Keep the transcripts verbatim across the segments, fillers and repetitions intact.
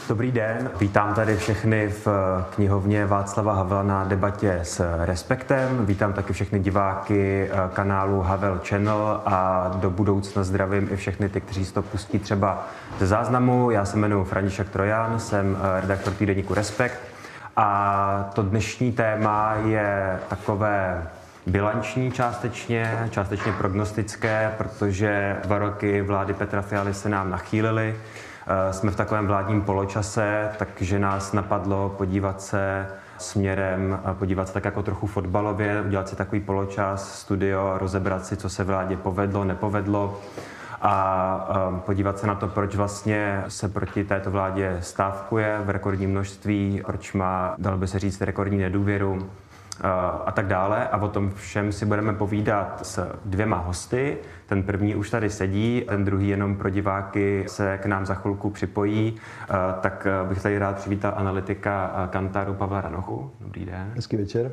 Dobrý den, vítám tady všechny v knihovně Václava Havla na debatě s Respektem. Vítám taky všechny diváky kanálu Havel Channel a do budoucna zdravím i všechny ty, kteří si to pustí třeba ze záznamu. Já se jmenuji František Trojan, jsem redaktor týdeníku Respekt a to dnešní téma je takové bilanční částečně, částečně prognostické, protože dva roky vlády Petra Fialy se nám nachýlily. Jsme v takovém vládním poločase, takže nás napadlo podívat se směrem, podívat se tak jako trochu fotbalově, udělat si takový poločas, studio, rozebrat si, co se vládě povedlo, nepovedlo a podívat se na to, proč vlastně se proti této vládě stávkuje v rekordním množství, proč má, dalo by se říct, rekordní nedůvěru a tak dále. A o tom všem si budeme povídat s dvěma hosty. Ten první už tady sedí, ten druhý jenom pro diváky se k nám za chvilku připojí. Tak bych tady rád přivítal analytika Kantaru Pavla Ranochu. Dobrý den. Hezký večer.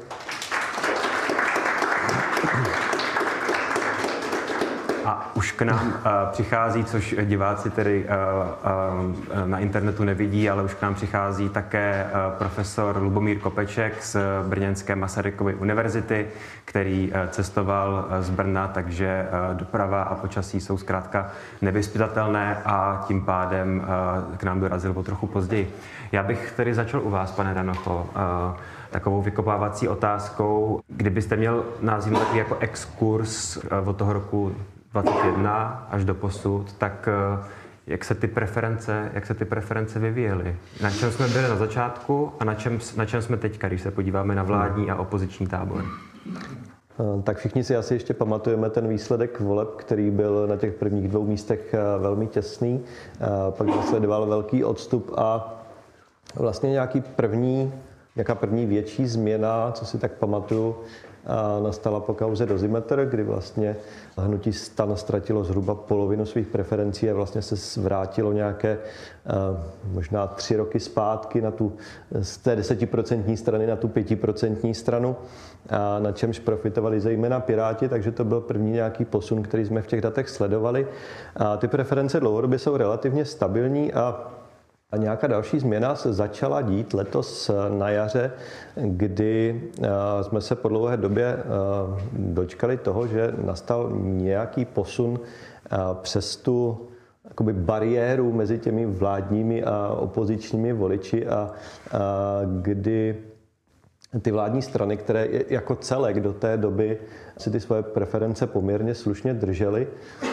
A už k nám uh, přichází, což diváci tedy uh, uh, na internetu nevidí, ale už k nám přichází také uh, profesor Lubomír Kopeček z brněnské Masarykovy univerzity, který uh, cestoval uh, z Brna, takže uh, doprava a počasí jsou zkrátka nevyzpytatelné a tím pádem uh, k nám dorazil o trochu později. Já bych tedy začal u vás, pane Ranocho, uh, takovou vykopávací otázkou. Kdybyste měl nazývat takový jako exkurs uh, od toho roku dvacet jedna až do posud, tak jak se ty preference, jak se ty preference vyvíjely? Na čem jsme byli na začátku a na čem, na čem jsme teďka, když se podíváme na vládní a opoziční tábor? Tak všichni si asi ještě pamatujeme ten výsledek voleb, který byl na těch prvních dvou místech velmi těsný. Pak následoval velký odstup a vlastně nějaký první, nějaká první větší změna, co si tak pamatuju, a nastala po kauze Dozimetr, kdy vlastně hnutí STAN ztratilo zhruba polovinu svých preferencí a vlastně se vrátilo nějaké možná tři roky zpátky na tu, z té desetiprocentní strany na tu pětiprocentní stranu, a na čemž profitovali zejména Piráti, takže to byl první nějaký posun, který jsme v těch datech sledovali. A ty preference dlouhodobě jsou relativně stabilní a A nějaká další změna se začala dít letos na jaře, kdy jsme se po dlouhé době dočkali toho, že nastal nějaký posun přes tu jakoby bariéru mezi těmi vládními a opozičními voliči a, a kdy ty vládní strany, které jako celek do té doby si ty svoje preference poměrně slušně držely,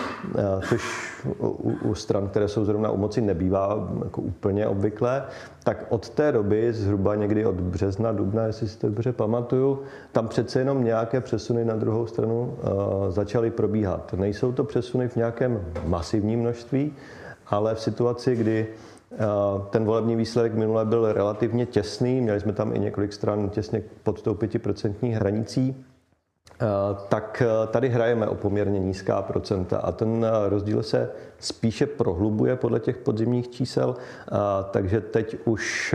což u, u stran, které jsou zrovna u moci, nebývá jako úplně obvyklé, tak od té doby, zhruba někdy od března, dubna, jestli si to dobře pamatuju, tam přece jenom nějaké přesuny na druhou stranu uh, začaly probíhat. Nejsou to přesuny v nějakém masivním množství, ale v situaci, kdy ten volební výsledek minule byl relativně těsný, měli jsme tam i několik stran těsně pod tou pětiprocentní hranicí, tak tady hrajeme o poměrně nízká procenta a ten rozdíl se spíše prohlubuje podle těch podzimních čísel, takže teď už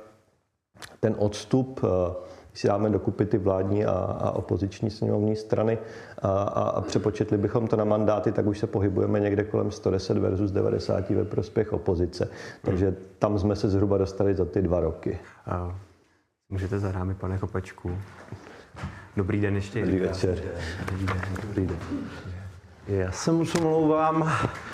ten odstup, když si dáme dokupy ty vládní a, a opoziční sněmovní strany a, a, a přepočetli bychom to na mandáty, tak už se pohybujeme někde kolem sto deset versus devadesát ve prospěch opozice. Takže tam jsme se zhruba dostali za ty dva roky. A můžete za námi, pane Kopečku. Dobrý den ještě. Dobrý večer. Dobrý den. Dobrý den. Já se moc omlouvám.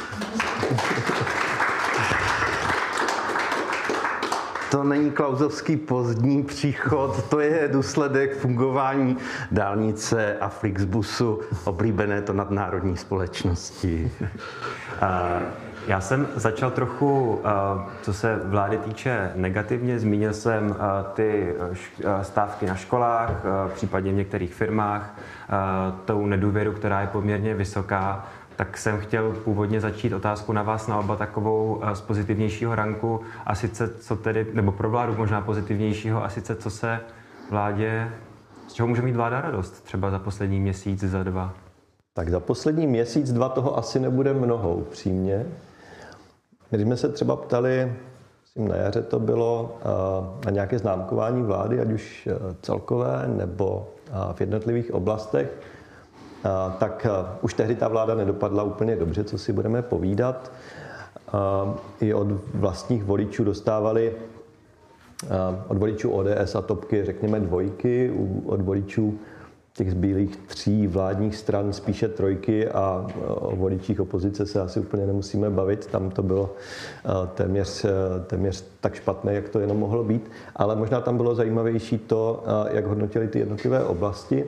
To není klauzovský pozdní příchod, to je důsledek fungování dálnice a Flixbusu, oblíbené to nadnárodní společnosti. Já jsem začal trochu, co se vlády týče, negativně. Zmínil jsem ty stávky na školách, případně v některých firmách, tou nedůvěru, která je poměrně vysoká. Tak jsem chtěl původně začít otázku na vás na oba takovou z pozitivnějšího ranku, a sice co tedy, nebo pro vládu možná pozitivnějšího, a sice co se vládě, z čeho může mít vláda radost třeba za poslední měsíc, za dva? Tak za poslední měsíc, dva toho asi nebude mnoho, upřímně. Když jsme se třeba ptali, myslím na jaře to bylo, na nějaké známkování vlády, ať už celkové nebo v jednotlivých oblastech, tak už tehdy ta vláda nedopadla úplně dobře, co si budeme povídat. i od vlastních voličů dostávali od voličů O D S a Topky, řekněme, dvojky, od voličů těch zbylých tří vládních stran spíše trojky a o voličích opozice se asi úplně nemusíme bavit. Tam to bylo téměř, téměř tak špatné, jak to jenom mohlo být. Ale možná tam bylo zajímavější to, jak hodnotili ty jednotlivé oblasti.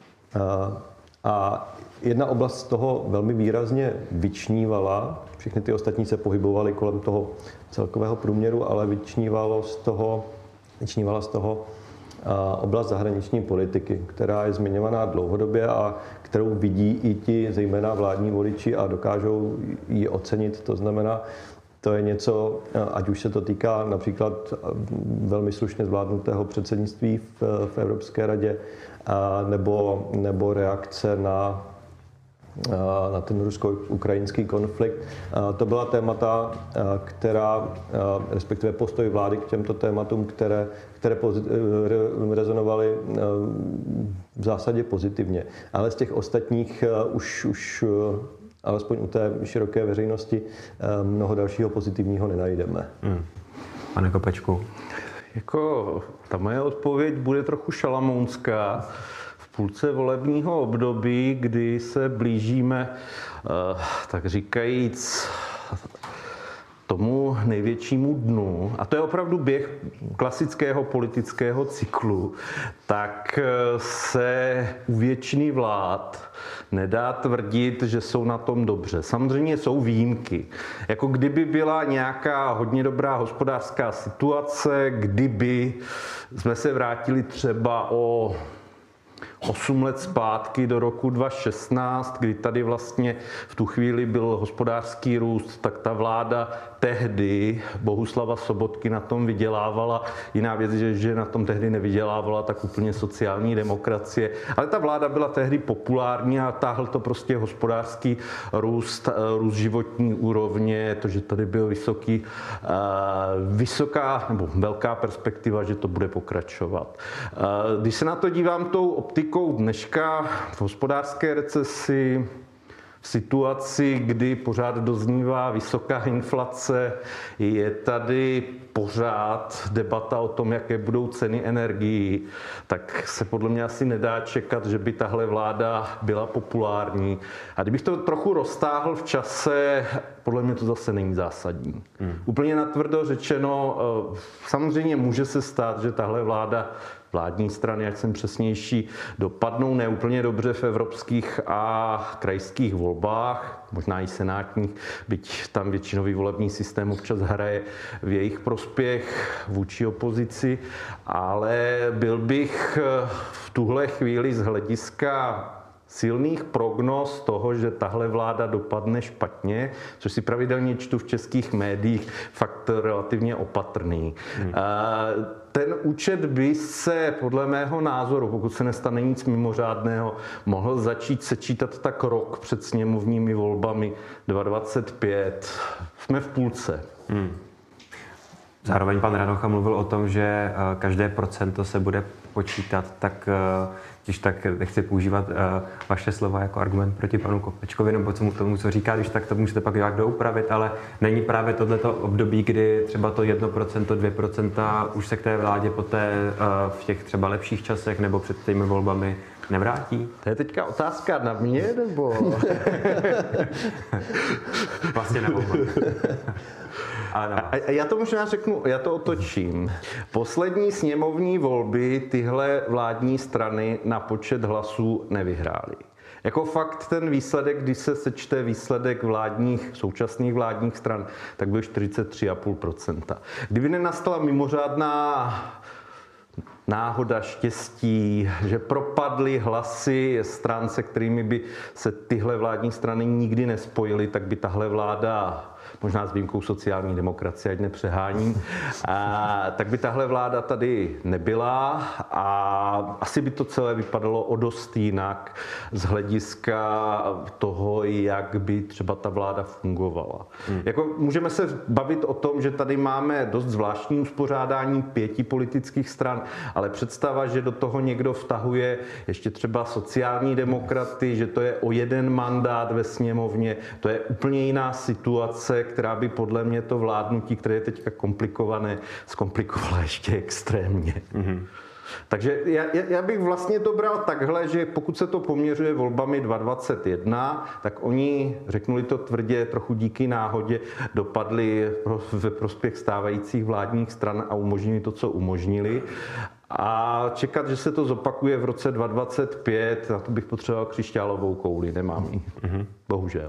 A jedna oblast z toho velmi výrazně vyčnívala. Všechny ty ostatní se pohybovaly kolem toho celkového průměru, ale vyčnívalo z toho, vyčnívala z toho oblast zahraniční politiky, která je zmiňovaná dlouhodobě a kterou vidí i ti zejména vládní voliči a dokážou ji ocenit. To znamená, to je něco, ať už se to týká například velmi slušně zvládnutého předsednictví v, v Evropské radě, nebo, nebo reakce na na ten rusko-ukrajinský konflikt. To byla témata, která, respektive postoj vlády k těmto tématům, které, které rezonovaly v zásadě pozitivně. Ale z těch ostatních už, už alespoň u té široké veřejnosti mnoho dalšího pozitivního nenajdeme. Hmm. Pane Kopečku. Jako ta moje odpověď bude trochu šalamounská. V půlce volebního období, kdy se blížíme, tak říkajíc, tomu největšímu dnu, a to je opravdu běh klasického politického cyklu, tak se u většiny vlád nedá tvrdit, že jsou na tom dobře. Samozřejmě jsou výjimky. Jako kdyby byla nějaká hodně dobrá hospodářská situace, kdyby jsme se vrátili třeba o osm let zpátky do roku dva tisíce šestnáct, kdy tady vlastně v tu chvíli byl hospodářský růst, tak ta vláda tehdy, Bohuslava Sobotky, na tom vydělávala. Jiná věc je, že na tom tehdy nevydělávala tak úplně sociální demokracie. Ale ta vláda byla tehdy populární a táhl to prostě hospodářský růst, růst životní úrovně, to, že tady byl vysoký, vysoká nebo velká perspektiva, že to bude pokračovat. Když se na to dívám tou optikou dneška v hospodářské recesi, v situaci, kdy pořád doznívá vysoká inflace, je tady pořád debata o tom, jaké budou ceny energií, tak se podle mě asi nedá čekat, že by tahle vláda byla populární. A kdybych to trochu roztáhl v čase, podle mě to zase není zásadní. Hmm. Úplně natvrdo řečeno, samozřejmě může se stát, že tahle vláda, vládní strany, jak jsem přesnější, dopadnou neúplně dobře v evropských a krajských volbách, možná i senátních, byť tam většinový volební systém občas hraje v jejich prospěch vůči opozici, ale byl bych v tuhle chvíli z hlediska silných prognóz toho, že tahle vláda dopadne špatně, což si pravidelně čtu v českých médiích, fakt relativně opatrný. Hmm. Ten účet by se, podle mého názoru, pokud se nestane nic mimořádného, mohl začít sečítat tak rok před sněmovními volbami dvacet dvacet pět. Jsme v půlce. Hmm. Zároveň pan Ranocha mluvil o tom, že každé procento se bude počítat, tak když tak nechci používat vaše slova jako argument proti panu Kopečkovi nebo co mu tomu, co říká, když tak to můžete pak nějak doupravit, ale není právě tohleto období, kdy třeba to jedno procento, dvě procenta už se k té vládě poté v těch třeba lepších časech nebo před těmi volbami nevrátí? To je teďka otázka na mě, nebo? Vlastně na volbách. A já to možná řeknu, já to otočím. Poslední sněmovní volby tyhle vládní strany na počet hlasů nevyhrály. Jako fakt ten výsledek, když se sečte výsledek vládních, současných vládních stran, tak byl čtyřicet tři celá pět procenta. Kdyby nenastala mimořádná náhoda, štěstí, že propadly hlasy stran, se kterými by se tyhle vládní strany nikdy nespojily, tak by tahle vláda, možná s výjimkou sociální demokracie, ať nepřeháním, a, tak by tahle vláda tady nebyla a asi by to celé vypadalo o dost jinak z hlediska toho, jak by třeba ta vláda fungovala. Hmm. Jako můžeme se bavit o tom, že tady máme dost zvláštní uspořádání pěti politických stran, ale představa, že do toho někdo vtahuje ještě třeba sociální demokraty, že to je o jeden mandát ve sněmovně, to je úplně jiná situace, která by podle mě to vládnutí, které je teďka komplikované, zkomplikovala ještě extrémně. Mm-hmm. Takže já, já bych vlastně to bral takhle, že pokud se to poměřuje volbami dva tisíce dvacet jedna, tak oni, řeknu-li to tvrdě, trochu díky náhodě dopadli ve prospěch stávajících vládních stran a umožnili to, co umožnili. A čekat, že se to zopakuje v roce dva tisíce dvacet pět, na to bych potřeboval křišťálovou kouli, nemám ji. Mm-hmm. Bohužel.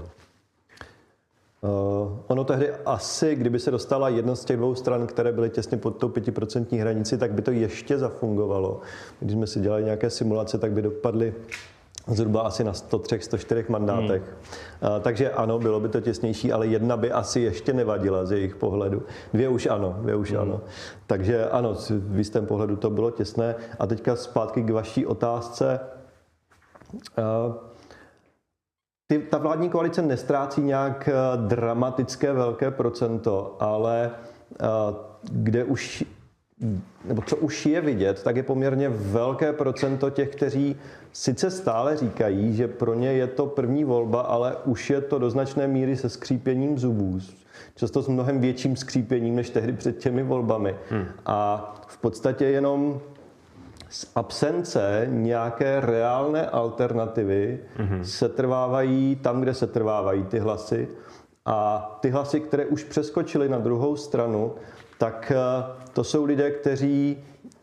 Uh, ono tehdy asi, kdyby se dostala jedna z těch dvou stran, které byly těsně pod tou pětiprocentní hranici, tak by to ještě zafungovalo. Když jsme si dělali nějaké simulace, tak by dopadly zhruba asi na sto tři, sto čtyři mandátech. Hmm. Uh, takže ano, bylo by to těsnější, ale jedna by asi ještě nevadila z jejich pohledu. Dvě už ano, dvě už hmm. ano. Takže ano, v jistém pohledu to bylo těsné. A teďka zpátky k vaší otázce. Uh, Ty, ta vládní koalice nestrácí nějak dramatické velké procento, ale kde už, nebo co už je vidět, tak je poměrně velké procento těch, kteří sice stále říkají, že pro ně je to první volba, ale už je to do značné míry se skřípěním zubů. Často s mnohem větším skřípěním než tehdy před těmi volbami. Hmm. A v podstatě jenom z absence nějaké reálné alternativy mm-hmm. se trvávají tam, kde se trvávají ty hlasy. A ty hlasy, které už přeskočily na druhou stranu, tak to jsou lidé, kteří,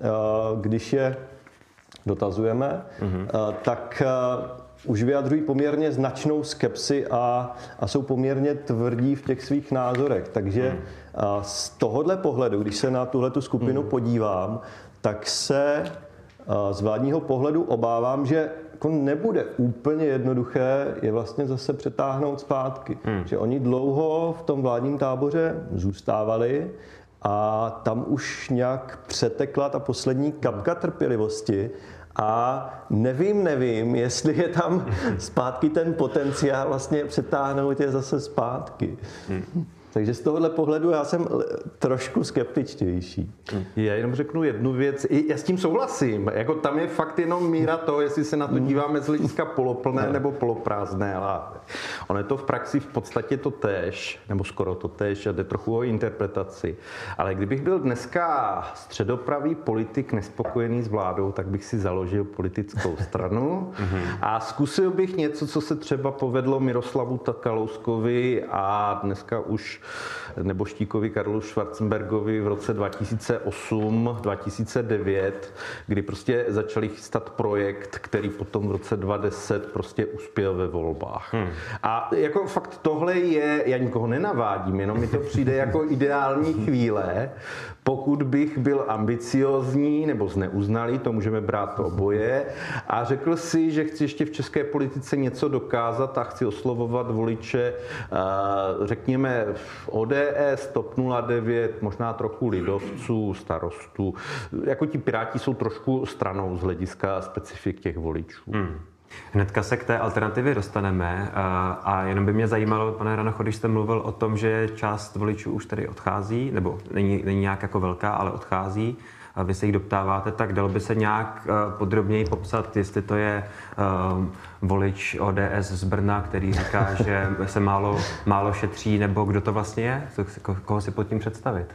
když je dotazujeme, mm-hmm. tak už vyjadřují poměrně značnou skepsi a, a jsou poměrně tvrdí v těch svých názorech. Takže mm. z tohohle pohledu, když se na tuhletu skupinu mm. podívám, tak se z vládního pohledu obávám, že jako nebude úplně jednoduché je vlastně zase přetáhnout zpátky. Hmm. Že oni dlouho v tom vládním táboře zůstávali a tam už nějak přetekla ta poslední kapka trpělivosti a nevím, nevím, jestli je tam zpátky ten potenciál vlastně přetáhnout je zase zpátky. Hmm. Takže z tohohle pohledu já jsem trošku skeptičtější. Já jenom řeknu jednu věc. Já s tím souhlasím. Jako tam je fakt jenom míra toho, jestli se na to díváme z hlediska poloplné nebo poloprázdné láhve. Ono je to v praxi v podstatě to též, nebo skoro to též, a jde trochu o interpretaci. Ale kdybych byl dneska středopravý politik nespokojený s vládou, tak bych si založil politickou stranu a zkusil bych něco, co se třeba povedlo Miroslavu Kalouskovi a dneska už neboštíkovi Karlu Schwarzenbergovi v roce dva tisíce osm dva tisíce devět, kdy prostě začali chystat projekt, který potom v roce dva tisíce deset prostě uspěl ve volbách. Hmm. A jako fakt tohle je, já nikoho nenavádím, jenom mi to přijde jako ideální chvíle, pokud bych byl ambiciozní nebo zneuznalý, to můžeme brát oboje, a řekl si, že chci ještě v české politice něco dokázat a chci oslovovat voliče, řekněme, O D S, T O P nula devět, možná trochu lidovců, starostů. Jako ti Piráti jsou trošku stranou z hlediska specifik těch voličů. Hmm. Hnedka se k té alternativě dostaneme a jenom by mě zajímalo, pane Ranocho, když jste mluvil o tom, že část voličů už tady odchází, nebo není, není nějak jako velká, ale odchází, a vy se jich doptáváte, tak dalo by se nějak podrobněji popsat, jestli to je um, volič O D S z Brna, který říká, že se málo, málo šetří, nebo kdo to vlastně je? Koho si pod tím představit?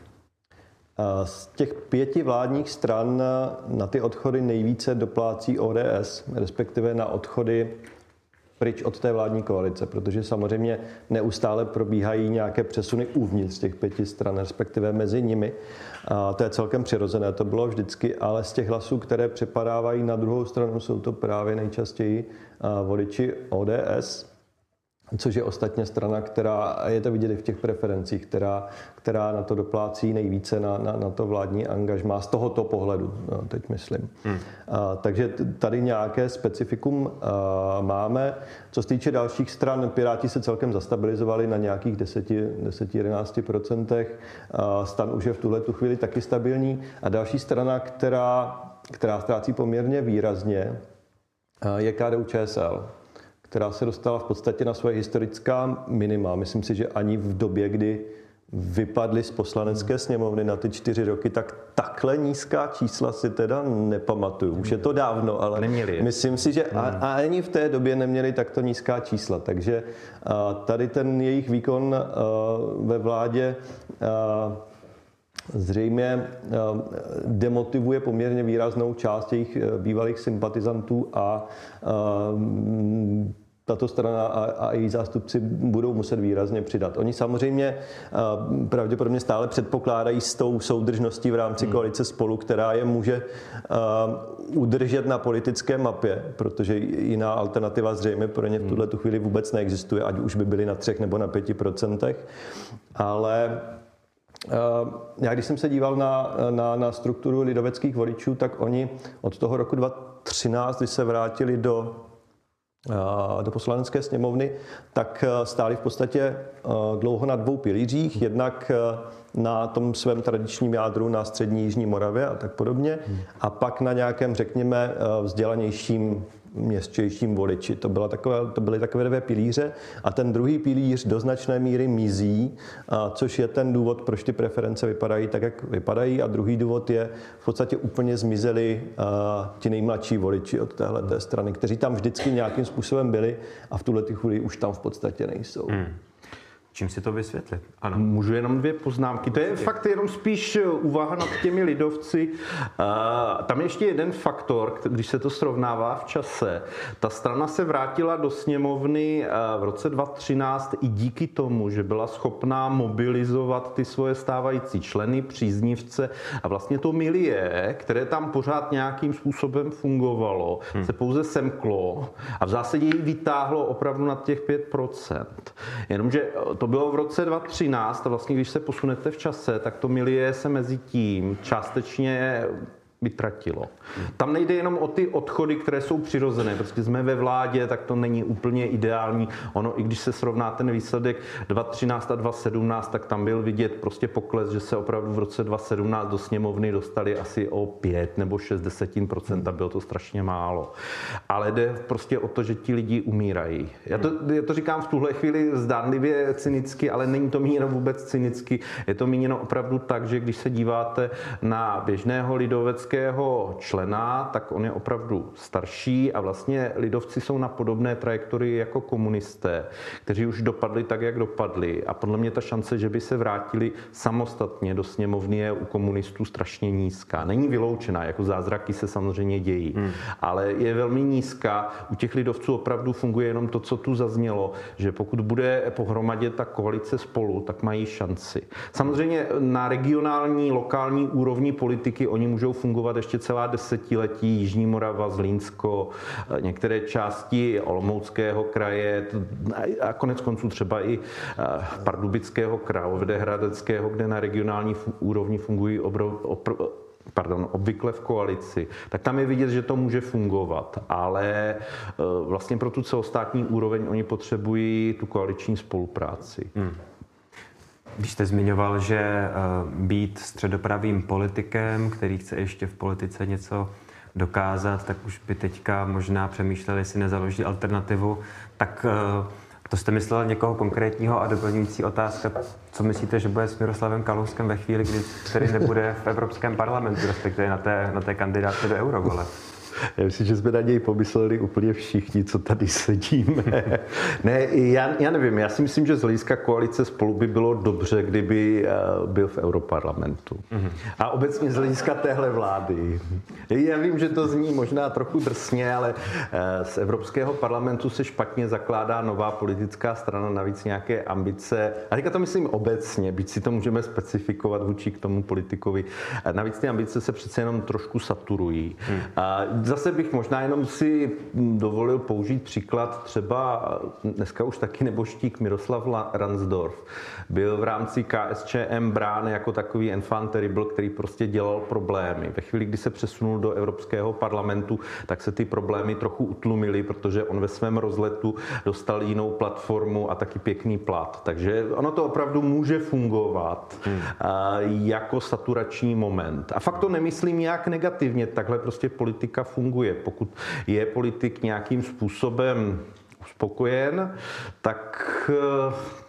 Z těch pěti vládních stran na ty odchody nejvíce doplácí O D S, respektive na odchody pryč od té vládní koalice, protože samozřejmě neustále probíhají nějaké přesuny uvnitř těch pěti stran, respektive mezi nimi. A to je celkem přirozené, to bylo vždycky, ale z těch hlasů, které přepadávají na druhou stranu, jsou to právě nejčastěji voliči O D S, což je ostatně strana, která, je to vidět i v těch preferencích, která, která na to doplácí nejvíce na, na, na to vládní angažmá z tohoto pohledu, no, teď myslím. Hmm. A, takže tady nějaké specifikum a, máme. Co se týče dalších stran, Piráti se celkem zastabilizovali na nějakých deset až jedenáct procent. Stan už je v tuhle tu chvíli taky stabilní. A další strana, která, která ztrácí poměrně výrazně, je K D U Č S L, která se dostala v podstatě na svoje historická minima. Myslím si, že ani v době, kdy vypadli z poslanecké sněmovny na ty čtyři roky, tak takhle nízká čísla si teda nepamatuju. Už je to dávno, ale neměli. Myslím si, že a, a ani v té době neměli takto nízká čísla. Takže a, tady ten jejich výkon a, ve vládě a, zřejmě demotivuje poměrně výraznou část jejich bývalých sympatizantů a, a tato strana a, a její zástupci budou muset výrazně přidat. Oni samozřejmě uh, pravděpodobně stále předpokládají s tou soudržností v rámci hmm. koalice Spolu, která je může uh, udržet na politické mapě, protože jiná alternativa zřejmě pro ně v tuhle tu chvíli vůbec neexistuje, ať už by byli na třech nebo na pěti procentech. Ale uh, já když jsem se díval na, na, na strukturu lidoveckých voličů, tak oni od toho roku dva tisíce třináct, kdy se vrátili do do poslanecké sněmovny, tak stáli v podstatě dlouho na dvou pilířích. Jednak na tom svém tradičním jádru na střední Jižní Moravě a tak podobně. A pak na nějakém, řekněme, vzdělanějším městštějším voliči. To, byla takové, to byly takové dvě pilíře a ten druhý pilíř do značné míry mizí, a což je ten důvod, proč ty preference vypadají tak, jak vypadají. A druhý důvod je, v podstatě úplně zmizeli a, ti nejmladší voliči od téhle té strany, kteří tam vždycky nějakým způsobem byli a v tuhle chvíli už tam v podstatě nejsou. Hmm. Čím si to vysvětlit? Ano. Můžu jenom dvě poznámky. To je fakt jenom spíš úvaha nad těmi lidovci. Tam je ještě jeden faktor, když se to srovnává v čase. Ta strana se vrátila do sněmovny v roce dva tisíce třináct i díky tomu, že byla schopná mobilizovat ty svoje stávající členy, příznivce a vlastně to milie, které tam pořád nějakým způsobem fungovalo, hmm. se pouze semklo a v zásadě ji vytáhlo opravdu na těch pět procent. Jenomže to bylo v roce dva tisíce třináct a vlastně, když se posunete v čase, tak to milie se mezi tím částečně vytratilo. Tam nejde jenom o ty odchody, které jsou přirozené. Prostě jsme ve vládě, tak to není úplně ideální. Ono, i když se srovná ten výsledek dva tisíce třináct a dva tisíce sedmnáct, tak tam byl vidět prostě pokles, že se opravdu v roce dva tisíce sedmnáct do sněmovny dostali asi o pět nebo šest desetin procenta. Bylo to strašně málo. Ale jde prostě o to, že ti lidi umírají. Já to, já to říkám v tuhle chvíli zdánlivě cynicky, ale není to míněno vůbec cynicky. Je to míněno opravdu tak, že když se díváte na běžného lidovec člena, tak on je opravdu starší a vlastně lidovci jsou na podobné trajektorii jako komunisté, kteří už dopadli tak, jak dopadli. A podle mě ta šance, že by se vrátili samostatně do sněmovny, je u komunistů strašně nízká. Není vyloučená, jako zázraky se samozřejmě dějí, hmm. ale je velmi nízká. U těch lidovců opravdu funguje jenom to, co tu zaznělo, že pokud bude pohromadě ta koalice Spolu, tak mají šanci. Samozřejmě na regionální, lokální úrovni politiky oni můžou fungovat ještě celá desetiletí. Jižní Morava, Zlínsko, některé části Olomouckého kraje a konec konců třeba i Pardubického, Královéhradeckého, kde na regionální úrovni fungují obrov, opr, pardon, obvykle v koalici, tak tam je vidět, že to může fungovat. Ale vlastně pro tu celostátní úroveň oni potřebují tu koaliční spolupráci. Hmm. Když jste zmiňoval, že být středopravým politikem, který chce ještě v politice něco dokázat, tak už by teďka možná přemýšleli, jestli nezaloží alternativu. Tak to jste myslel někoho konkrétního a doplňující otázka, co myslíte, že bude s Miroslavem Kalouskem ve chvíli, kdy tedy nebude v Evropském parlamentu, respektive na té, na té kandidátce do eurovoleb? Já myslím, že jsme na něj pomysleli úplně všichni, co tady sedíme. Ne, já, já nevím, já si myslím, že z hlediska koalice Spolu by bylo dobře, kdyby byl v Europarlamentu. Mm-hmm. A obecně z hlediska téhle vlády. Já vím, že to zní možná trochu drsně, ale z Evropského parlamentu se špatně zakládá nová politická strana, navíc nějaké ambice. A teďka to myslím obecně, byť si to můžeme specifikovat vůči k tomu politikovi. Navíc ty ambice se přece jenom trošku saturují. Mm. A zase bych možná jenom si dovolil použít příklad třeba dneska už taky neboštík Miroslav Ransdorf. Byl v rámci K S Č M brán jako takový enfant terrible, který prostě dělal problémy. Ve chvíli, kdy se přesunul do Evropského parlamentu, tak se ty problémy trochu utlumily, protože on ve svém rozletu dostal jinou platformu a taky pěkný plat. Takže ono to opravdu může fungovat hmm. jako saturační moment. A fakt to nemyslím nějak negativně, takhle prostě politika funguje. Pokud je politik nějakým způsobem uspokojen, tak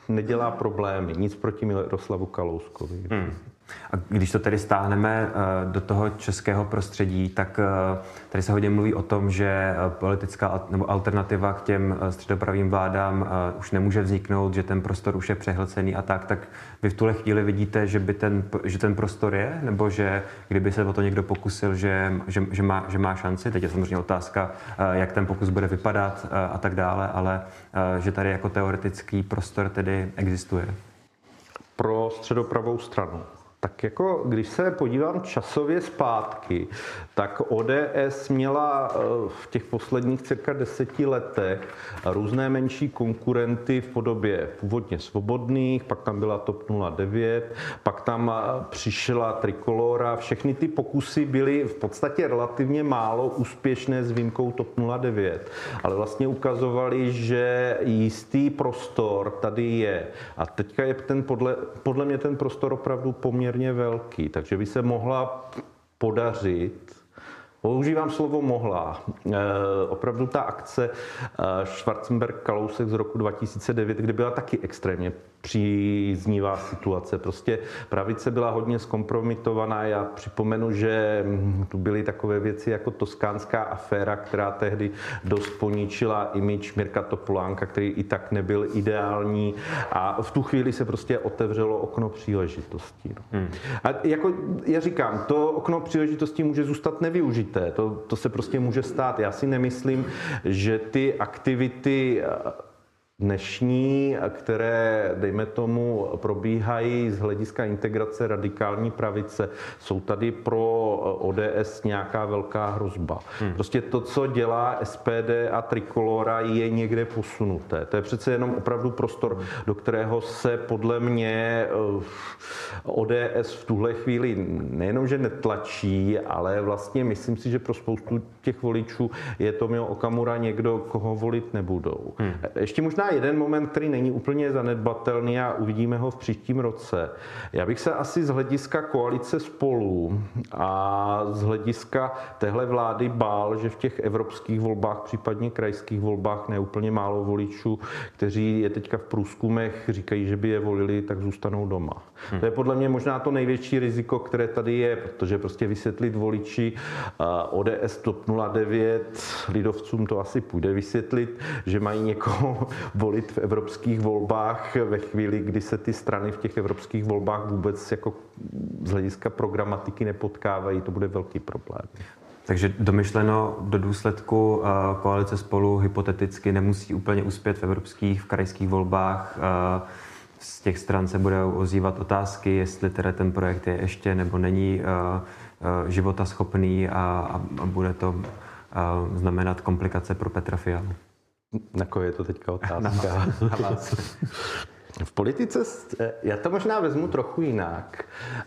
nedělá problémy. Nic proti Miroslavu Kalouskovi. Hmm. A když to tedy stáhneme do toho českého prostředí, tak tady se hodně mluví o tom, že politická nebo alternativa k těm středopravým vládám už nemůže vzniknout, že ten prostor už je přehlcený a tak. Tak vy v tuhle chvíli vidíte, že, by ten, že ten prostor je, nebo že kdyby se o to někdo pokusil, že, že, že, má, že má šanci? Teď je samozřejmě otázka, jak ten pokus bude vypadat a tak dále, ale že tady jako teoretický prostor tedy existuje. Pro středopravou stranu. Tak jako, když se podívám časově zpátky, tak O D S měla v těch posledních cirka deseti letech různé menší konkurenty v podobě původně Svobodných, pak tam byla TOP nula devět, pak tam přišla Trikolóra. Všechny ty pokusy byly v podstatě relativně málo úspěšné s výjimkou TOP nula devět, ale vlastně ukazovali, že jistý prostor tady je. A teďka je ten podle, podle mě ten prostor opravdu poměrně velký, takže by se mohla podařit, používám slovo mohla, e, opravdu ta akce e, Schwarzenberg-Kalousek z roku dva tisíce devět, kdy byla taky extrémně příznivá situace. Prostě pravice byla hodně zkompromitovaná. Já připomenu, že tu byly takové věci jako toskánská aféra, která tehdy dost poničila image Mirka Topolánka, který i tak nebyl ideální. A v tu chvíli se prostě otevřelo okno příležitostí. No. Hmm. A jako já říkám, to okno příležitostí může zůstat nevyužité. To, to se prostě může stát. Já si nemyslím, že ty aktivity dnešní, které, dejme tomu, probíhají z hlediska integrace radikální pravice, jsou tady pro O D S nějaká velká hrozba. Hmm. Prostě to, co dělá S P D a Trikolóra, je někde posunuté. To je přece jenom opravdu prostor, do kterého se podle mě O D S v tuhle chvíli nejenom, že netlačí, ale vlastně myslím si, že pro spoustu těch voličů je Tomio Okamura někdo, koho volit nebudou. Hmm. Ještě možná jeden moment, který není úplně zanedbatelný a uvidíme ho v příštím roce. Já bych se asi z hlediska koalice Spolu a z hlediska téhle vlády bál, že v těch evropských volbách, případně krajských volbách, neúplně málo voličů, kteří je teďka v průzkumech říkají, že by je volili, tak zůstanou doma. Hmm. To je podle mě možná to největší riziko, které tady je, protože prostě vysvětlit voliči O D S TOP nula devět, lidovcům to asi půjde vysvětlit, že mají někoho volit v evropských volbách ve chvíli, kdy se ty strany v těch evropských volbách vůbec jako z hlediska programatiky nepotkávají, to bude velký problém. Takže domyšleno do důsledku koalice Spolu hypoteticky nemusí úplně uspět v evropských, v krajských volbách. Z těch stran se budou ozývat otázky, jestli teda ten projekt je ještě nebo není životaschopný a, a bude to znamenat komplikace pro Petra Fialu. Na koho je to teďka otázka? V politice, já to možná vezmu trochu jinak.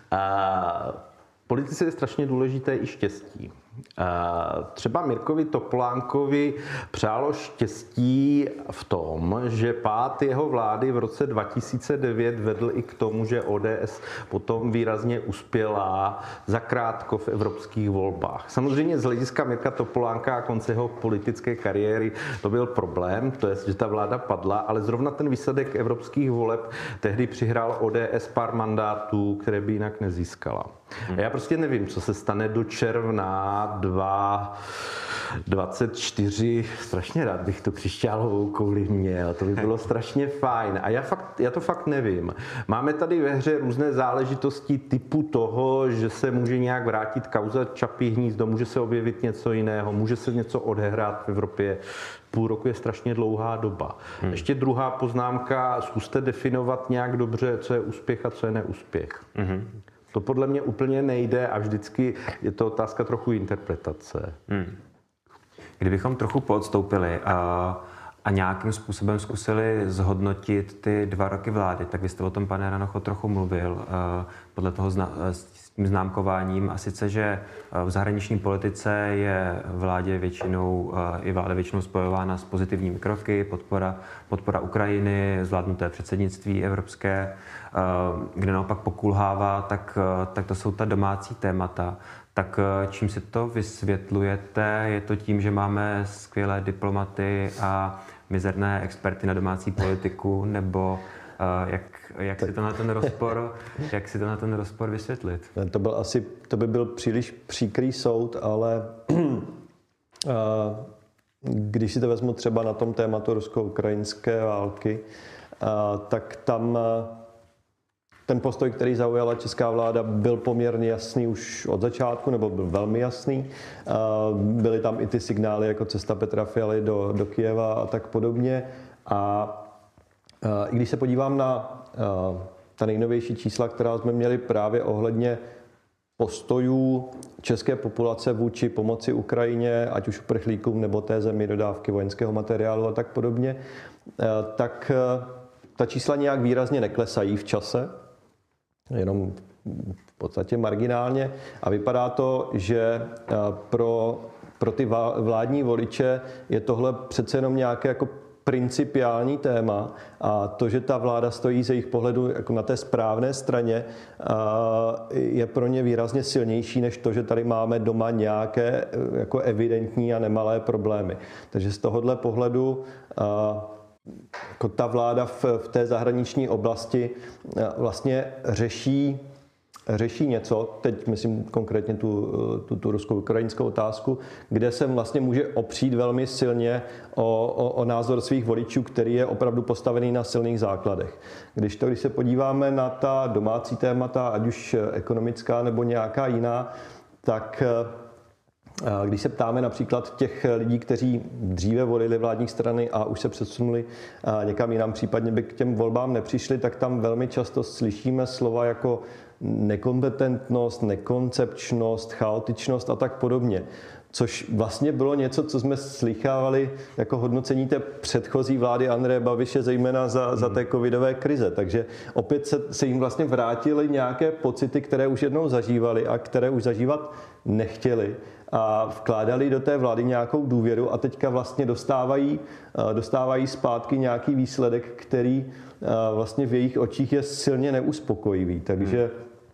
V politice je strašně důležité i štěstí. Třeba Mirkovi Topolánkovi přálo štěstí v tom, že pád jeho vlády v roce dva tisíce devět vedl i k tomu, že O D S potom výrazně uspěla zakrátko v evropských volbách. Samozřejmě z hlediska Mirka Topolánka a konce jeho politické kariéry to byl problém, to je, že ta vláda padla, ale zrovna ten výsledek evropských voleb tehdy přihrál O D S pár mandátů, které by jinak nezískala. A já prostě nevím, co se stane do června dva tisíce dvacet čtyři. Strašně rád bych tu křišťálovou kouli měl, to by bylo strašně fajn. A já, fakt, já to fakt nevím. Máme tady ve hře různé záležitosti typu toho, že se může nějak vrátit kauza Čapí hnízdo, může se objevit něco jiného, může se něco odehrát v Evropě. Půl roku je strašně dlouhá doba. Hmm. Ještě druhá poznámka, zkuste definovat nějak dobře, co je úspěch a co je neúspěch. Hmm. To podle mě úplně nejde a vždycky je to otázka trochu interpretace. Hmm. Kdybychom trochu poodstoupili a, a nějakým způsobem zkusili zhodnotit ty dva roky vlády, tak vy jste o tom, pane Ranocho, trochu mluvil podle toho zna, s tím známkováním, a sice, že v zahraniční politice je vládě většinou, i vláda většinou spojována s pozitivními kroky, podpora, podpora Ukrajiny, zvládnuté předsednictví evropské, kde naopak pokulhává, tak, tak to jsou ta domácí témata. Tak čím si to vysvětlujete? Je to tím, že máme skvělé diplomaty a mizerné experty na domácí politiku, nebo Jak, jak si to na ten rozpor, jak si to na ten rozpor vysvětlit? To byl asi, to by byl příliš příkrý soud, ale když si to vezmu třeba na tom tématu rusko-ukrajinské války, tak tam ten postoj, který zaujala česká vláda, byl poměrně jasný už od začátku, nebo byl velmi jasný. Byly tam i ty signály jako cesta Petra Fialy do, do Kyjeva a tak podobně. A i když se podívám na ta nejnovější čísla, která jsme měli právě ohledně postojů české populace vůči pomoci Ukrajině, ať už uprchlíkům nebo té zemi dodávky vojenského materiálu a tak podobně, tak ta čísla nějak výrazně neklesají v čase, jenom v podstatě marginálně. A vypadá to, že pro, pro ty vládní voliče je tohle přece jenom nějaké jako principiální téma a to, že ta vláda stojí z jejich pohledu jako na té správné straně, je pro ně výrazně silnější než to, že tady máme doma nějaké jako evidentní a nemalé problémy. Takže z tohohle pohledu jako ta vláda v, v té zahraniční oblasti vlastně řeší řeší něco, teď myslím konkrétně tu, tu, tu rusko-ukrajinskou otázku, kde se vlastně může opřít velmi silně o, o, o názor svých voličů, který je opravdu postavený na silných základech. Když to, když se podíváme na ta domácí témata, ať už ekonomická nebo nějaká jiná, tak když se ptáme například těch lidí, kteří dříve volili vládní strany a už se přesunuli někam jinam, případně by k těm volbám nepřišli, tak tam velmi často slyšíme slova jako nekompetentnost, nekoncepčnost, chaotičnost a tak podobně. Což vlastně bylo něco, co jsme slychávali jako hodnocení té předchozí vlády Andreje Babiše, zejména za, za té covidové krize. Takže opět se, se jim vlastně vrátily nějaké pocity, které už jednou zažívali a které už zažívat nechtěli. A vkládali do té vlády nějakou důvěru a teďka vlastně dostávají, dostávají zpátky nějaký výsledek, který vlastně v jejich očích je silně neuspokojivý. Takže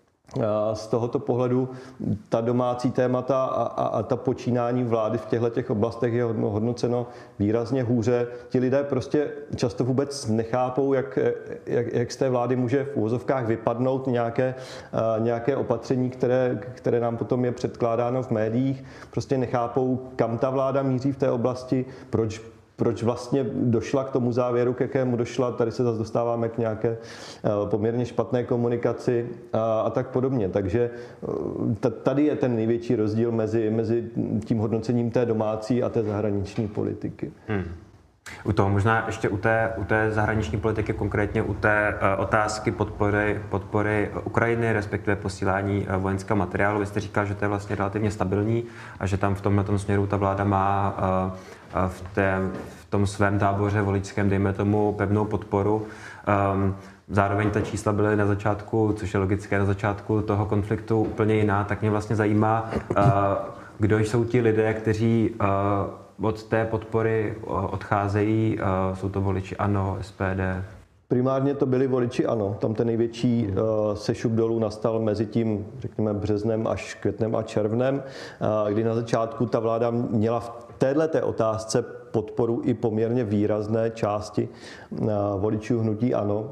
z tohoto pohledu ta domácí témata a, a, a ta počínání vlády v těchto těch oblastech je hodnoceno výrazně hůře. Ti lidé prostě často vůbec nechápou, jak, jak, jak z té vlády může v úvozovkách vypadnout nějaké, nějaké opatření, které, které nám potom je předkládáno v médiích. Prostě nechápou, kam ta vláda míří v té oblasti, proč proč vlastně došla k tomu závěru, k jakému došla. Tady se zase dostáváme k nějaké poměrně špatné komunikaci a, a tak podobně. Takže tady je ten největší rozdíl mezi, mezi tím hodnocením té domácí a té zahraniční politiky. Hmm. U toho možná ještě u té, u té zahraniční politiky, konkrétně u té uh, otázky podpory, podpory Ukrajiny, respektive posílání uh, vojenského materiálu. Vy jste říkal, že to je vlastně relativně stabilní a že tam v tomhle směru ta vláda má uh, v, té, v tom svém táboře voličském, dejme tomu, pevnou podporu. Um, zároveň ta čísla byly na začátku, což je logické, na začátku toho konfliktu úplně jiná, tak mě vlastně zajímá, uh, kdo jsou ti lidé, kteří uh, od té podpory odcházejí, jsou to voliči ANO, S P D? Primárně to byli voliči ANO. Tam ten největší hmm. sešup dolů nastal mezi tím, řekněme, březnem až květnem a červnem, kdy na začátku ta vláda měla v téhleté otázce podporu i poměrně výrazné části voličů hnutí ANO.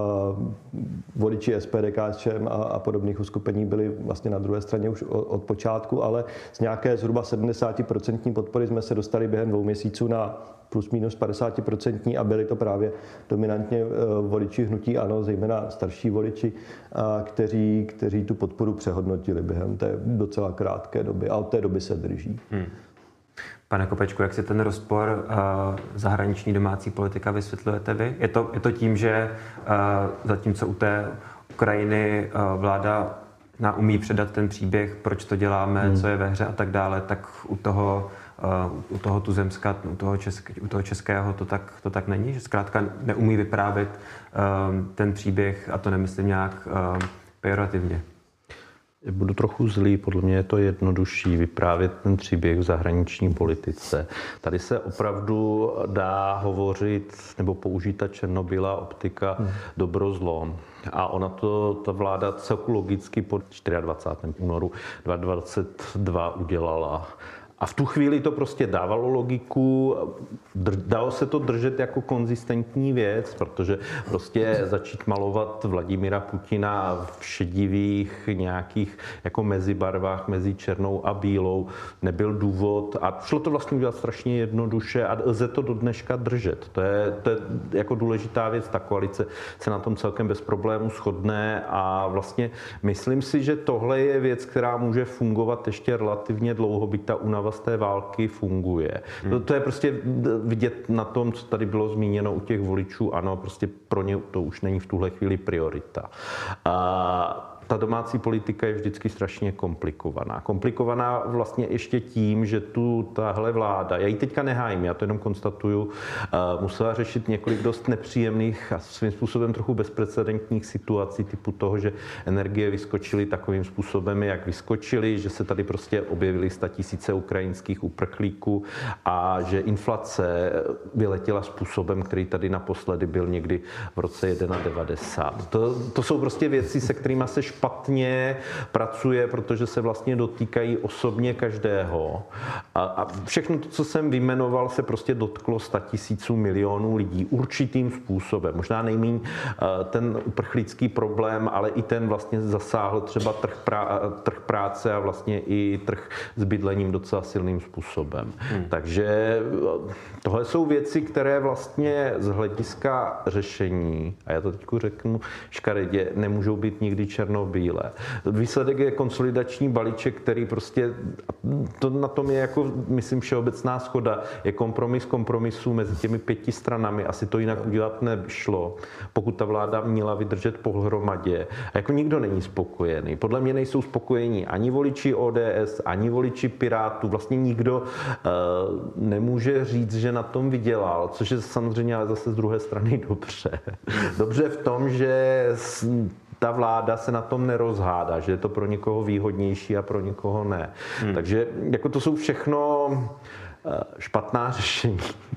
Voliči S P D, K S Č M a podobných uskupení byli vlastně na druhé straně už od počátku, ale z nějaké zhruba sedmdesát procent podpory jsme se dostali během dvou měsíců na plus minus padesát procent a byli to právě dominantně voliči hnutí ANO, zejména starší voliči, kteří, kteří tu podporu přehodnotili během té docela krátké doby a od té doby se drží. Hmm. Pane Kopečku, jak si ten rozpor uh, zahraniční domácí politika vysvětlujete vy? Je to, je to tím, že uh, zatímco u té Ukrajiny uh, vláda nám umí předat ten příběh, proč to děláme, hmm. co je ve hře a tak dále, tak u toho, uh, u toho tuzemska, u toho, česk, u toho českého to tak, to tak není? Že zkrátka neumí vyprávět uh, ten příběh, a to nemyslím nějak uh, pejorativně. Budu trochu zlý, podle mě je to jednodušší vyprávět ten příběh v zahraniční politice. Tady se opravdu dá hovořit nebo použít ta černobílá optika hmm. dobro zlo. A ona to, ta vláda celku logicky po dvacátého čtvrtého únoru dva tisíce dvacet dva udělala. A v tu chvíli to prostě dávalo logiku, dalo se to držet jako konzistentní věc, protože prostě začít malovat Vladimira Putina v šedivých nějakých jako mezibarvách, mezi černou a bílou, nebyl důvod a šlo to vlastně udělat strašně jednoduše a lze to do dneška držet. To je, to je jako důležitá věc, ta koalice se na tom celkem bez problémů shodne a vlastně myslím si, že tohle je věc, která může fungovat ještě relativně dlouho, byť ta únava z té války funguje. Hmm. To, to je prostě vidět na tom, co tady bylo zmíněno u těch voličů, ano, prostě pro ně to už není v tuhle chvíli priorita. A ta domácí politika je vždycky strašně komplikovaná. Komplikovaná vlastně ještě tím, že tu tahle vláda, já ji teďka nehájím, já to jenom konstatuju, musela řešit několik dost nepříjemných a svým způsobem trochu bezprecedentních situací, typu toho, že energie vyskočily takovým způsobem, jak vyskočily, že se tady prostě objevily statisíce ukrajinských uprchlíků a že inflace vyletěla způsobem, který tady naposledy byl někdy v roce devadesát jedna. To, to jsou prostě věci, se kterými se špatně pracuje, protože se vlastně dotýkají osobně každého. A, a všechno to, co jsem vyjmenoval, se prostě dotklo statisíců milionů lidí určitým způsobem. Možná nejméně ten uprchlický problém, ale i ten vlastně zasáhl třeba trh, prá, trh práce a vlastně i trh s bydlením docela silným způsobem. Hmm. Takže tohle jsou věci, které vlastně z hlediska řešení, a já to teď řeknu škaredě, nemůžou být nikdy černobílé. Výsledek je konsolidační balíček, který prostě, to na tom je jako, myslím, všeobecná shoda, je kompromis kompromisů mezi těmi pěti stranami, asi to jinak udělat nešlo, pokud ta vláda měla vydržet pohromadě. A jako nikdo není spokojený. Podle mě nejsou spokojení ani voliči O D S, ani voliči Pirátů, vlastně nikdo uh, nemůže říct, že na tom vydělal, což je samozřejmě ale zase z druhé strany dobře. Dobře v tom, že ta vláda se na tom nerozhádá, že je to pro někoho výhodnější a pro někoho ne. Hmm. Takže jako to jsou všechno špatná řešení,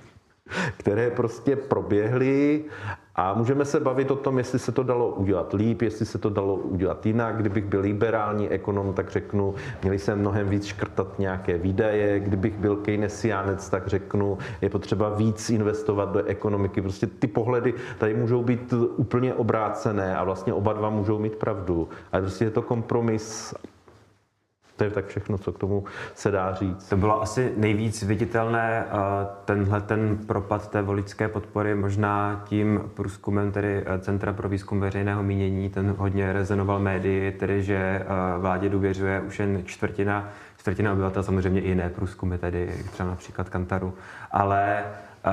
které prostě proběhly a můžeme se bavit o tom, jestli se to dalo udělat líp, jestli se to dalo udělat jinak. Kdybych byl liberální ekonom, tak řeknu, měli jsme mnohem víc škrtat nějaké výdaje. Kdybych byl keynesiánec, tak řeknu, je potřeba víc investovat do ekonomiky. Prostě ty pohledy tady můžou být úplně obrácené a vlastně oba dva můžou mít pravdu. Ale prostě je to kompromis. To je tak všechno, co k tomu se dá říct. To bylo asi nejvíc viditelné, tenhle ten propad té voličské podpory, možná tím průzkumem tedy Centra pro výzkum veřejného mínění, ten hodně rezonoval médii, tedy že vládě důvěřuje už jen čtvrtina, čtvrtina obyvatel, samozřejmě i jiné průzkumy, tedy třeba například Kantaru. Ale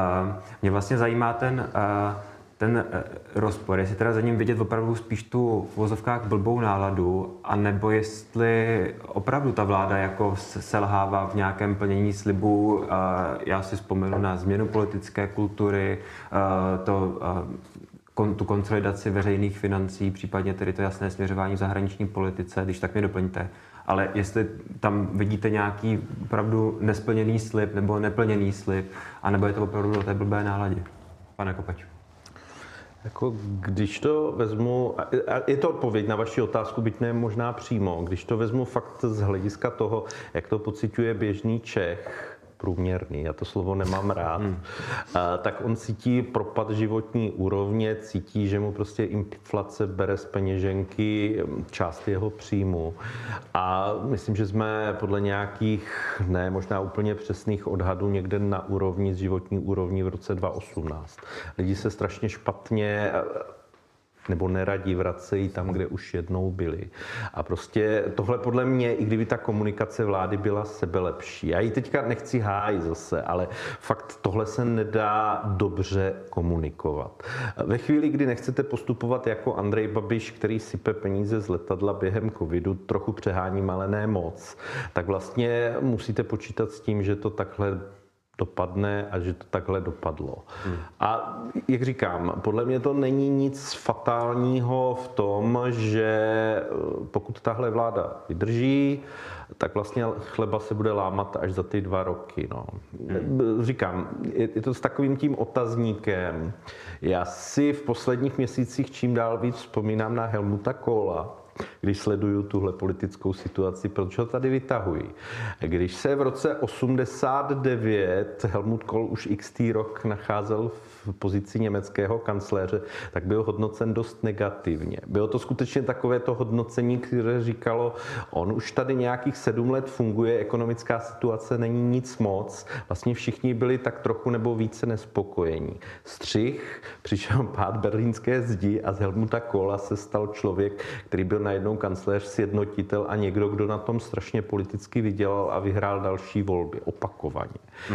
mě vlastně zajímá ten ten rozpor, jestli teda za ním vidět opravdu spíš tu v uvozovkách blbou náladu, anebo jestli opravdu ta vláda jako selhává v nějakém plnění slibů. Já si vzpomenu na změnu politické kultury, to, tu konsolidaci veřejných financí, případně tedy to jasné směřování v zahraniční politice, když tak mě doplňte. Ale jestli tam vidíte nějaký opravdu nesplněný slib nebo neplněný slib, anebo je to opravdu do té blbé náladě. Pane Kopečku. Jako, když to vezmu, a je to odpověď na vaši otázku, byť ne možná přímo, když to vezmu fakt z hlediska toho, jak to pociťuje běžný Čech, průměrný, já to slovo nemám rád, hmm. a, tak on cítí propad životní úrovně, cítí, že mu prostě inflace bere z peněženky část jeho příjmu. A myslím, že jsme podle nějakých, ne možná úplně přesných odhadů někde na úrovni z životní úrovní v roce dva tisíce osmnáct. Lidi se strašně špatně nebo neradí vracejí tam, kde už jednou byli. A prostě tohle podle mě, i kdyby ta komunikace vlády byla sebelepší. Já ji teďka nechci hájit zase, ale fakt tohle se nedá dobře komunikovat. Ve chvíli, kdy nechcete postupovat jako Andrej Babiš, který sype peníze z letadla během covidu, trochu přehání, ale ne moc, tak vlastně musíte počítat s tím, že to takhle dopadne a že to takhle dopadlo. Hmm. A jak říkám, podle mě to není nic fatálního v tom, že pokud tahle vláda vydrží, tak vlastně chleba se bude lámat až za ty dva roky. No. Hmm. Říkám, je to s takovým tím otazníkem. Já si v posledních měsících čím dál víc vzpomínám na Helmuta Kohla, když sleduju tuhle politickou situaci, proč ho tady vytahuji. Když se v roce osmdesát devět Helmut Kohl už x rok nacházel v pozici německého kancléře, tak byl hodnocen dost negativně. Bylo to skutečně takové to hodnocení, které říkalo, on už tady nějakých sedm let funguje, ekonomická situace není nic moc, vlastně všichni byli tak trochu nebo více nespokojení. Střih, přišel pád berlínské zdi a z Helmuta Kohla se stal člověk, který byl najednou kancléř, sjednotitel a někdo, kdo na tom strašně politicky vydělal a vyhrál další volby opakovaně. Hmm.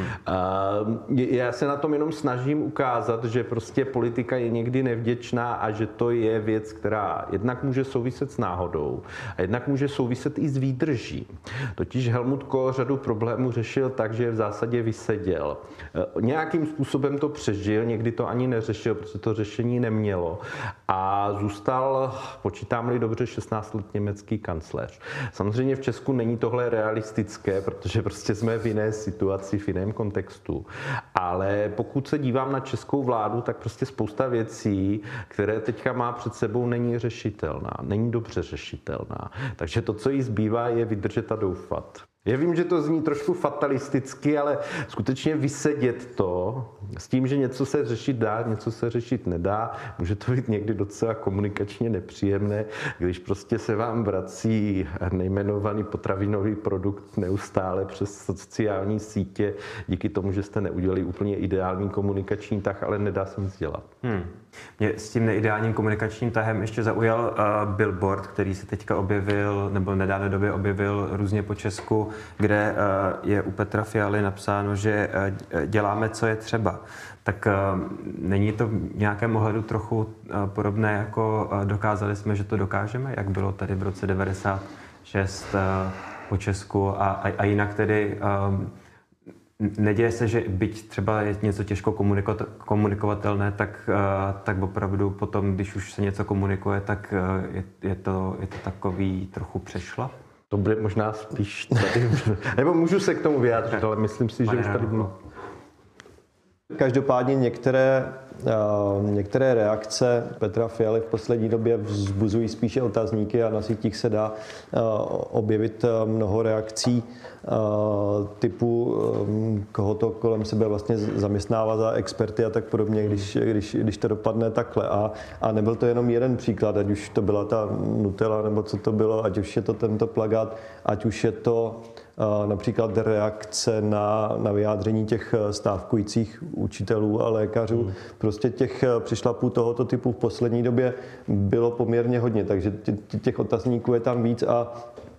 Já se na tom jenom snažím ukázat, že prostě politika je někdy nevděčná a že to je věc, která jednak může souviset s náhodou a jednak může souviset i s výdrží. Totiž Helmut Kohl řadu problémů řešil tak, že v zásadě vyseděl. Nějakým způsobem to přežil, někdy to ani neřešil, protože to řešení nemělo a zůstal, počítám-li dobře, šestnáct let německý kancléř. Samozřejmě v Česku není tohle realistické, protože prostě jsme v jiné situaci, v jiném kontextu. Ale pokud se dívám na českou vládu, tak prostě spousta věcí, které teďka má před sebou, není řešitelná, není dobře řešitelná. Takže to, co jí zbývá, je vydržet a doufat. Já vím, že to zní trošku fatalisticky, ale skutečně vysedět to s tím, že něco se řešit dá, něco se řešit nedá, může to být někdy docela komunikačně nepříjemné, když prostě se vám vrací nejmenovaný potravinový produkt neustále přes sociální sítě, díky tomu, že jste neudělali úplně ideální komunikační tah, ale nedá se nic dělat. Hmm. Mě s tím neideálním komunikačním tahem ještě zaujal uh, billboard, který se teďka objevil, nebo v nedávné době objevil různě po Česku, kde uh, je u Petra Fialy napsáno, že uh, děláme, co je třeba. Tak uh, není to v nějakém ohledu trochu uh, podobné, jako uh, dokázali jsme, že to dokážeme, jak bylo tady v roce devadesát šest uh, po Česku a, a, a jinak tedy um, neděje se, že byť třeba je něco těžko komunikovatelné, tak, tak opravdu potom, když už se něco komunikuje, tak je, je, to, je to takový trochu přešlap? To bude možná spíš tady, nebo můžu se k tomu vyjádřit, ale myslím si, že už tady bylo. Každopádně některé, některé reakce Petra Fialy v poslední době vzbuzují spíše otazníky a na sítích se dá objevit mnoho reakcí typu, koho to kolem sebe vlastně zaměstnává za experty a tak podobně, když, když, když to dopadne takhle. A, a nebyl to jenom jeden příklad, ať už to byla ta Nutella, nebo co to bylo, ať už je to tento plakát, ať už je to například reakce na, na vyjádření těch stávkujících učitelů a lékařů. Hmm. Prostě těch přišlapů tohoto typu v poslední době bylo poměrně hodně, takže těch otazníků je tam víc a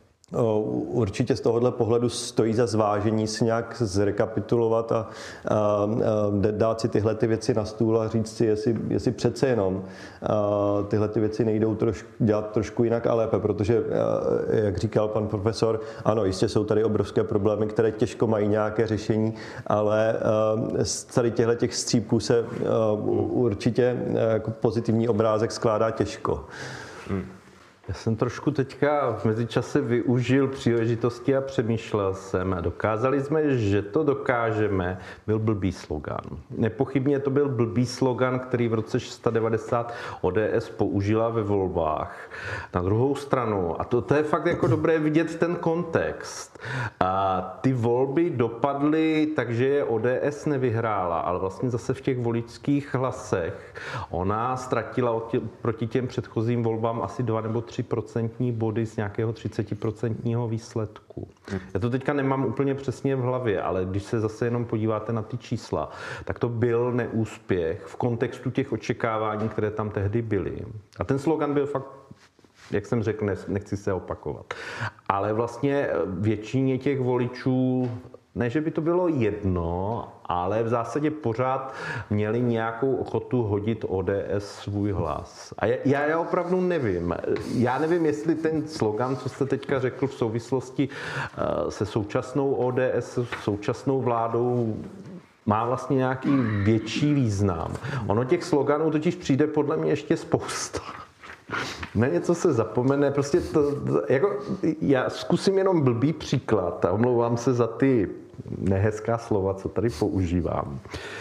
určitě z tohohle pohledu stojí za zvážení si nějak zrekapitulovat a, a, a dát si tyhle ty věci na stůl a říct si, jestli, jestli přece jenom a, tyhle ty věci nejdou troš, dělat trošku jinak a lépe, protože, a, jak říkal pan profesor, ano, jistě jsou tady obrovské problémy, které těžko mají nějaké řešení, ale a, z tady těchto těch střípků se a, určitě a, jako pozitivní obrázek skládá těžko. Hmm. Já jsem trošku teďka v mezičase využil příležitosti a přemýšlel jsem. A dokázali jsme, že to dokážeme, byl blbý slogan. Nepochybně to byl blbý slogan, který v roce devadesát šest O D S použila ve volbách. Na druhou stranu, a to, to je fakt jako dobré vidět ten kontext. A ty volby dopadly, takže je O D S nevyhrála, ale vlastně zase v těch voličských hlasech ona ztratila proti těm předchozím volbám asi dva nebo tři procentní body z nějakého třicetiprocentního výsledku. Já to teďka nemám úplně přesně v hlavě, ale když se zase jenom podíváte na ty čísla, tak to byl neúspěch v kontextu těch očekávání, které tam tehdy byly. A ten slogan byl fakt, jak jsem řekl, nechci se opakovat. Ale vlastně většině těch voličů, ne, že by to bylo jedno, ale v zásadě pořád měli nějakou ochotu hodit O D S svůj hlas. A já, já opravdu nevím. Já nevím, jestli ten slogan, co jste teďka řekl v souvislosti se současnou O D S, současnou vládou, má vlastně nějaký větší význam. Ono těch sloganů totiž přijde podle mě ještě spousta. Na něco se zapomene, prostě to, to, jako, já zkusím jenom blbý příklad a omlouvám se za ty nehezká slova, co tady používám.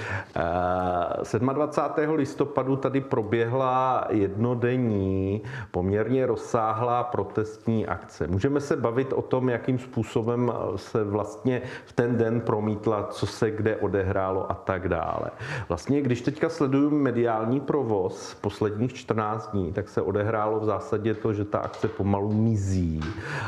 dvacátého sedmého listopadu tady proběhla jednodenní, poměrně rozsáhlá protestní akce. Můžeme se bavit o tom, jakým způsobem se vlastně v ten den promítla, co se kde odehrálo a tak dále. Vlastně, když teďka sleduju mediální provoz posledních čtrnáct dní, tak se odehrálo v zásadě to, že ta akce pomalu mizí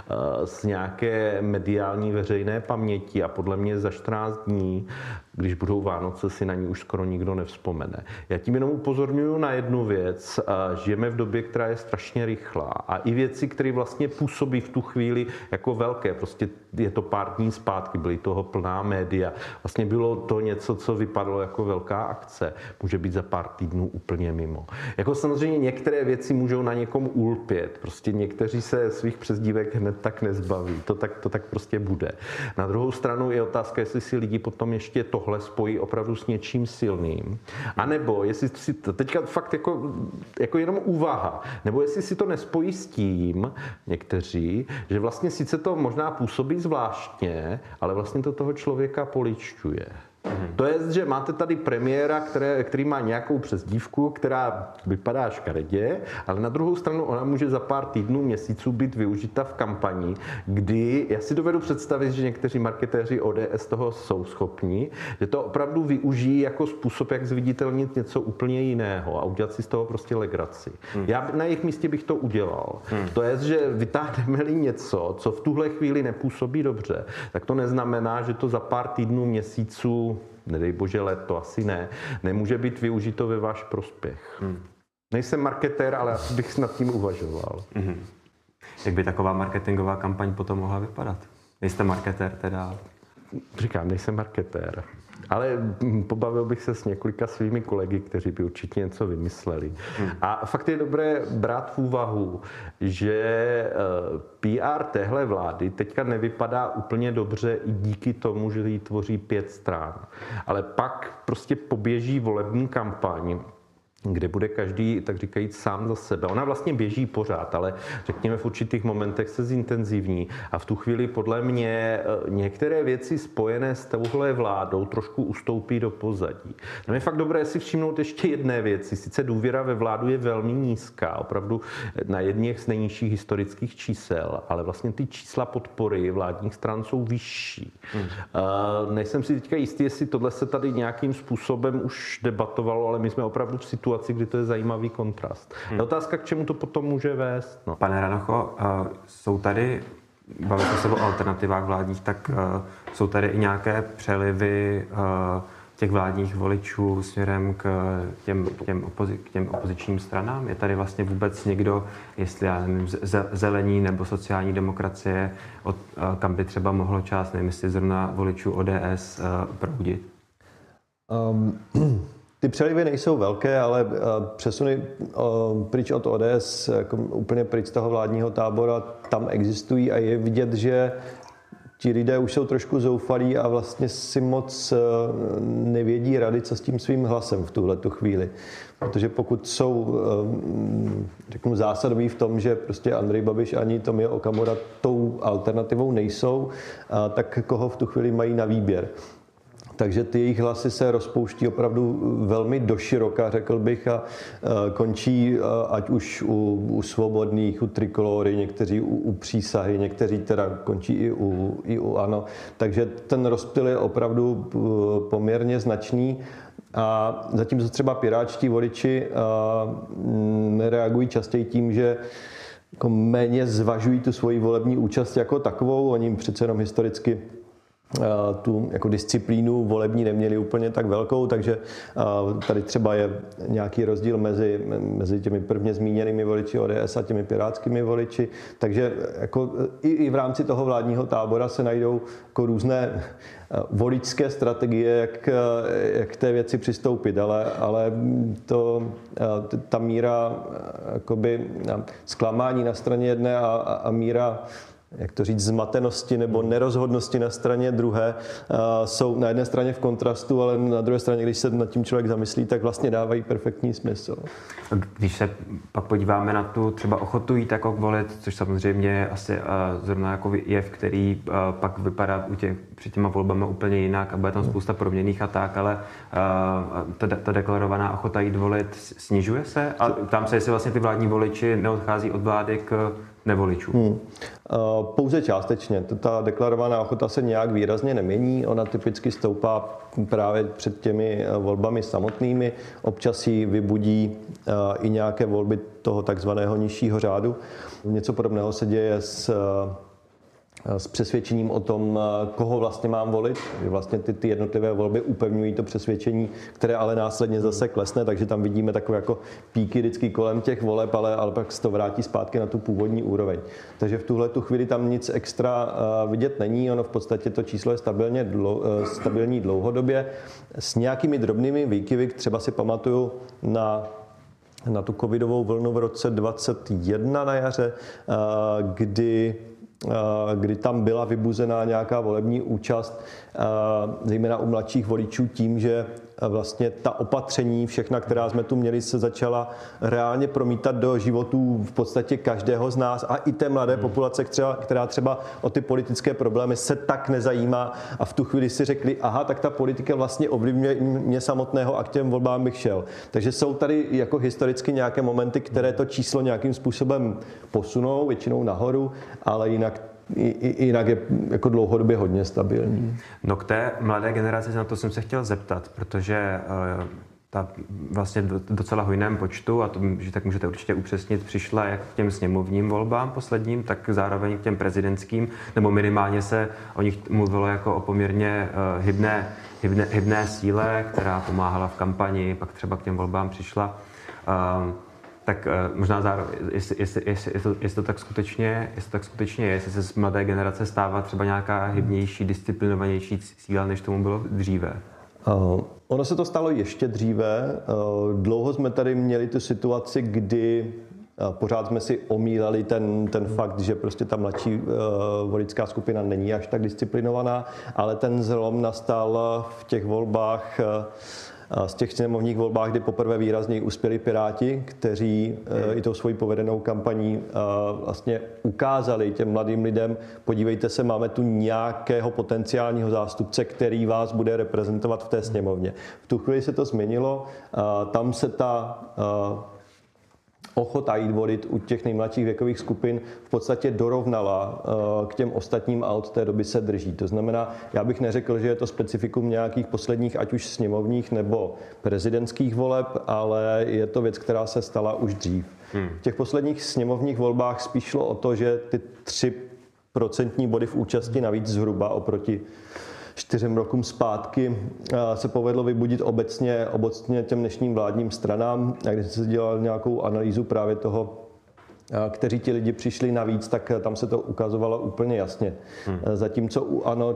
z nějaké mediální veřejné paměti a podle mě za čtrnáct dní, když budou Vánoce, si na ní už skoro nikdo nevzpomene. Já tím jenom upozorňuji na jednu věc. Žijeme v době, která je strašně rychlá a i věci, které vlastně působí v tu chvíli jako velké. Prostě je to pár dní zpátky, byly toho plná média. Vlastně bylo to něco, co vypadalo jako velká akce. Může být za pár týdnů úplně mimo. Jako samozřejmě některé věci můžou na někom ulpět. Prostě někteří se svých přezdívek hned tak nezbaví. To tak, to tak prostě bude. Na druhou stranu je otázka, jestli si lidi potom ještě tohle spojí opravdu s něčím silným. A nebo jestli si to teďka fakt jako, jako jenom úvaha, nebo jestli si to nespojí s tím někteří, že vlastně sice to možná působí zvláštně, ale vlastně to toho člověka poličťuje. Mm-hmm. To je, že máte tady premiéra, které, který má nějakou přezdívku, která vypadá škaredě, ale na druhou stranu ona může za pár týdnů, měsíců být využita v kampani, kdy já si dovedu představit, že někteří marketéři O D S toho jsou schopni, že to opravdu využijí jako způsob, jak zviditelnit něco úplně jiného a udělat si z toho prostě legraci. Mm. Já na jejich místě bych to udělal. Mm. To je, že vytáhneme-li něco, co v tuhle chvíli nepůsobí dobře, tak to neznamená, že to za pár týdnů, měsíců, nedej bože let, to asi ne, nemůže být využito ve váš prospěch. Hmm. Nejsem marketér, ale asi bych nad tím uvažoval. Hmm. Jak by taková marketingová kampaň potom mohla vypadat? Nejste marketér teda? Říkám, nejsem marketér. Ale pobavil bych se s několika svými kolegy, kteří by určitě něco vymysleli. Hmm. A fakt je dobré brát v úvahu, že P R téhle vlády teďka nevypadá úplně dobře i díky tomu, že jí tvoří pět stran. Ale pak prostě poběží volební kampaň, kde bude každý, tak říkajíc, sám za sebe. Ona vlastně běží pořád, ale řekněme v určitých momentech se zintenzivní a v tu chvíli podle mě některé věci spojené s touhle vládou trošku ustoupí do pozadí. Tam je fakt dobré si všimnout ještě jedné věci. Sice důvěra ve vládu je velmi nízká, opravdu na jedných z nejnižších historických čísel, ale vlastně ty čísla podpory vládních stran jsou vyšší. Hmm. Uh, nejsem si teďka jistý, jestli tohle se tady nějakým způsobem už debatovalo, ale my jsme opravdu v situaci, kdy to je zajímavý kontrast. Hmm. Je otázka, k čemu to potom může vést. No. Pane Ranocho, uh, jsou tady, bavíme se o alternativách vládních, tak uh, jsou tady i nějaké přelivy uh, těch vládních voličů směrem k těm, těm, opozi, k těm opozičním stranám? Je tady vlastně vůbec někdo, jestli já nevím, zelení nebo sociální demokracie, od, uh, kam by třeba mohlo část, nevím, jestli zrovna voličů O D S uh, proudit? Um. Ty přelivy nejsou velké, ale přesuny pryč od O D S, jako úplně pryč z toho vládního tábora, tam existují a je vidět, že ti lidé už jsou trošku zoufalí a vlastně si moc nevědí rady, co s tím svým hlasem v tuhletu chvíli. Protože pokud jsou, řeknu, zásadoví v tom, že prostě Andrej Babiš ani Tomio Okamura tou alternativou nejsou, tak koho v tu chvíli mají na výběr. Takže ty jejich hlasy se rozpouští opravdu velmi doširoka, řekl bych, a končí ať už u, u Svobodných, u Trikolory, někteří u, u Přísahy, někteří teda končí i u, i u ANO. Takže ten rozptyl je opravdu poměrně značný. A zatímco třeba pirátští voliči reagují častěji tím, že jako méně zvažují tu svoji volební účast jako takovou. Oni přece jenom historicky tu jako disciplínu volební neměli úplně tak velkou, takže tady třeba je nějaký rozdíl mezi, mezi těmi prvně zmíněnými voliči O D S a těmi pirátskými voliči, takže jako i, i v rámci toho vládního tábora se najdou jako různé voličské strategie, jak, jak k té věci přistoupit, ale, ale to, ta míra jakoby zklamání na straně jedné a, a míra jak to říct, zmatenosti nebo nerozhodnosti na straně druhé jsou na jedné straně v kontrastu, ale na druhé straně, když se nad tím člověk zamyslí, tak vlastně dávají perfektní smysl. Když se pak podíváme na tu třeba ochotu jít jako volit, což samozřejmě asi zrovna jako jev, který pak vypadá u těch, před těma volbami úplně jinak a bude tam spousta proměnných a tak, ale ta, ta deklarovaná ochota jít volit snižuje se? A tam se, jestli vlastně ty vládní voliči neodchází od vlády k nevoličů. Hmm. Pouze částečně. Ta deklarovaná ochota se nějak výrazně nemění. Ona typicky stoupá právě před těmi volbami samotnými. Občas ji vybudí i nějaké volby toho takzvaného nižšího řádu. Něco podobného se děje s s přesvědčením o tom, koho vlastně mám volit. Vlastně ty, ty jednotlivé volby upevňují to přesvědčení, které ale následně zase klesne, takže tam vidíme takové jako píky vždycky kolem těch voleb, ale, ale pak se to vrátí zpátky na tu původní úroveň. Takže v tuhle tu chvíli tam nic extra vidět není, ono v podstatě to číslo je stabilně dlou, stabilní dlouhodobě s nějakými drobnými výkyvy, třeba si pamatuju na na tu covidovou vlnu v roce dvacet jedna na jaře, kdy kdy tam byla vybuzená nějaká volební účast, zejména u mladších voličů tím, že vlastně ta opatření, všechna, která jsme tu měli, se začala reálně promítat do životů v podstatě každého z nás a i té mladé populace, která třeba o ty politické problémy se tak nezajímá a v tu chvíli si řekli, aha, tak ta politika vlastně ovlivňuje mě samotného a k těm volbám bych šel. Takže jsou tady jako historicky nějaké momenty, které to číslo nějakým způsobem posunou, většinou nahoru, ale jinak I, i, jinak je jako dlouhodobě hodně stabilní. No k té mladé generaci, na to jsem se chtěl zeptat, protože uh, ta vlastně v docela hojném počtu, a to, že tak můžete určitě upřesnit, přišla jak k těm sněmovním volbám posledním, tak zároveň k těm prezidentským, nebo minimálně se o nich mluvilo jako o poměrně uh, hybné, hybné, hybné síle, která pomáhala v kampani, pak třeba k těm volbám přišla. Uh, Tak možná zároveň, jestli, jestli, jestli, jestli, to, jestli to tak skutečně, jestli to tak skutečně je, jestli se z mladé generace stává třeba nějaká hybnější, disciplinovanější síla, než tomu bylo dříve. Uh, ono se to stalo ještě dříve. Uh, dlouho jsme tady měli tu situaci, kdy uh, pořád jsme si omílali ten, ten fakt, že prostě ta mladší uh, voličská skupina není až tak disciplinovaná, ale ten zlom nastal v těch volbách uh, z těch sněmovních volbách, kdy poprvé výrazněji uspěli Piráti, kteří i tou svojí povedenou kampaní vlastně ukázali těm mladým lidem, podívejte se, máme tu nějakého potenciálního zástupce, který vás bude reprezentovat v té sněmovně. V tu chvíli se to změnilo, tam se ta ochota jít volit u těch nejmladších věkových skupin v podstatě dorovnala k těm ostatním a od té doby se drží. To znamená, já bych neřekl, že je to specifikum nějakých posledních, ať už sněmovních nebo prezidentských voleb, ale je to věc, která se stala už dřív. Hmm. V těch posledních sněmovních volbách spíš šlo o to, že ty tři procentní body v účasti navíc zhruba oproti čtyřem rokům zpátky se povedlo vybudit obecně, obecně těm dnešním vládním stranám. A když se dělal nějakou analýzu právě toho, kteří ti lidi přišli navíc, tak tam se to ukazovalo úplně jasně. Hmm. Zatímco u ANO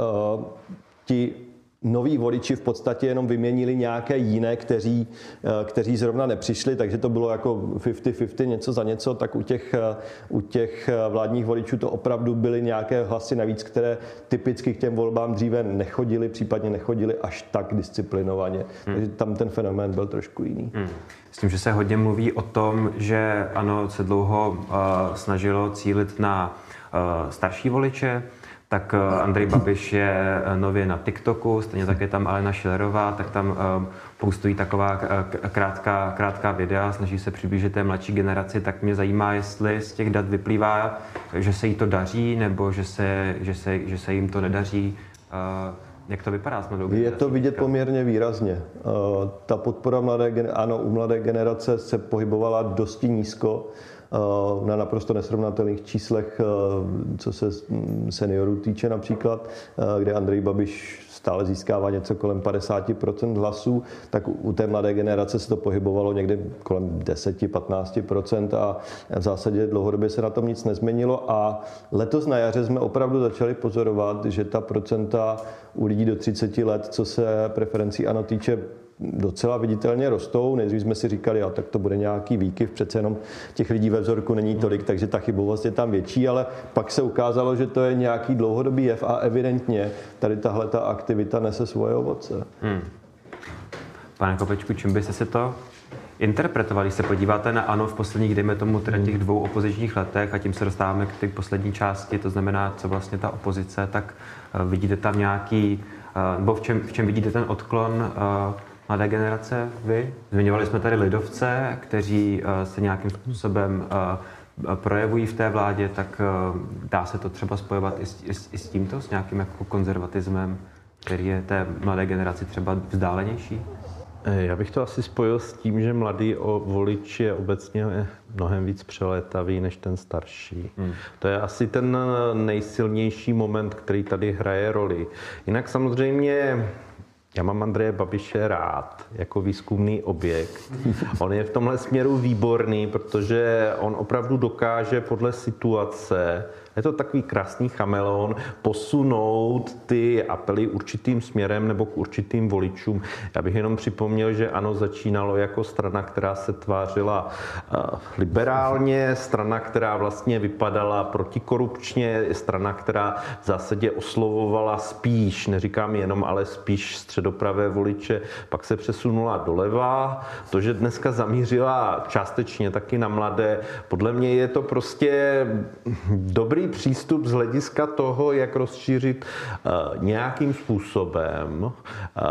ti noví voliči v podstatě jenom vyměnili nějaké jiné, kteří, kteří zrovna nepřišli, takže to bylo jako padesát padesát něco za něco, tak u těch, u těch vládních voličů to opravdu byly nějaké hlasy navíc, které typicky k těm volbám dříve nechodily, případně nechodily až tak disciplinovaně. Hmm. Takže tam ten fenomén byl trošku jiný. Hmm. S tím, že se hodně mluví o tom, že ANO se dlouho uh, snažilo cílit na uh, starší voliče, tak Andrej Babiš je nově na TikToku, stejně tak je tam Alena Schillerová, tak tam postují taková krátká, krátká videa, snaží se přiblížit té mladší generaci, tak mě zajímá, jestli z těch dat vyplývá, že se jí to daří, nebo že se, že se, že se jim to nedaří. Jak to vypadá s mladou generací? Je to vidět poměrně výrazně. Ta podpora mladé, ano, u mladé generace se pohybovala dosti nízko, na naprosto nesrovnatelných číslech, co se seniorů týče například, kde Andrej Babiš stále získává něco kolem padesát procent hlasů, tak u té mladé generace se to pohybovalo někde kolem deset až patnáct procent a v zásadě dlouhodobě se na tom nic nezměnilo a letos na jaře jsme opravdu začali pozorovat, že ta procenta u lidí do třiceti let, co se preferencí ANO týče, docela viditelně rostou. Nejdřív jsme si říkali, a tak to bude nějaký výkyv, přece jenom těch lidí ve vzorku není tolik, takže ta chybovost je tam větší, ale pak se ukázalo, že to je nějaký dlouhodobý jev a evidentně tady tahle ta aktivita nese svoje ovoce. Hmm. Pane Kopečku, čím byste se to interpretovali? Když se podíváte na ANO v posledních, dejme tomu, teda těch dvou opozičních letech a tím se dostáváme k té poslední části, to znamená, co vlastně ta opozice, tak uh, vidíte tam nějaký, uh, nebo v čem, v čem vidíte ten odklon uh, mladé generace vy? Zmiňovali jsme tady lidovce, kteří uh, se nějakým způsobem uh, projevují v té vládě, tak uh, dá se to třeba spojovat i s, i, s, i s tímto, s nějakým jako konzervatismem, který je té mladé generaci třeba vzdálenější? Já bych to asi spojil s tím, že mladý volič je obecně mnohem víc přelétavý než ten starší. Hmm. To je asi ten nejsilnější moment, který tady hraje roli. Jinak samozřejmě já mám Andreje Babiše rád jako výzkumný objekt. On je v tomhle směru výborný, protože on opravdu dokáže podle situace, je to takový krásný chameleon, posunout ty apely určitým směrem nebo k určitým voličům. Já bych jenom připomněl, že ANO začínalo jako strana, která se tvářila liberálně, strana, která vlastně vypadala protikorupčně, strana, která v zásadě oslovovala spíš, neříkám jenom, ale spíš středopravé voliče, pak se přesunula doleva. To, že dneska zamířila částečně taky na mladé, podle mě je to prostě dobrý přístup z hlediska toho, jak rozšířit uh, nějakým způsobem uh,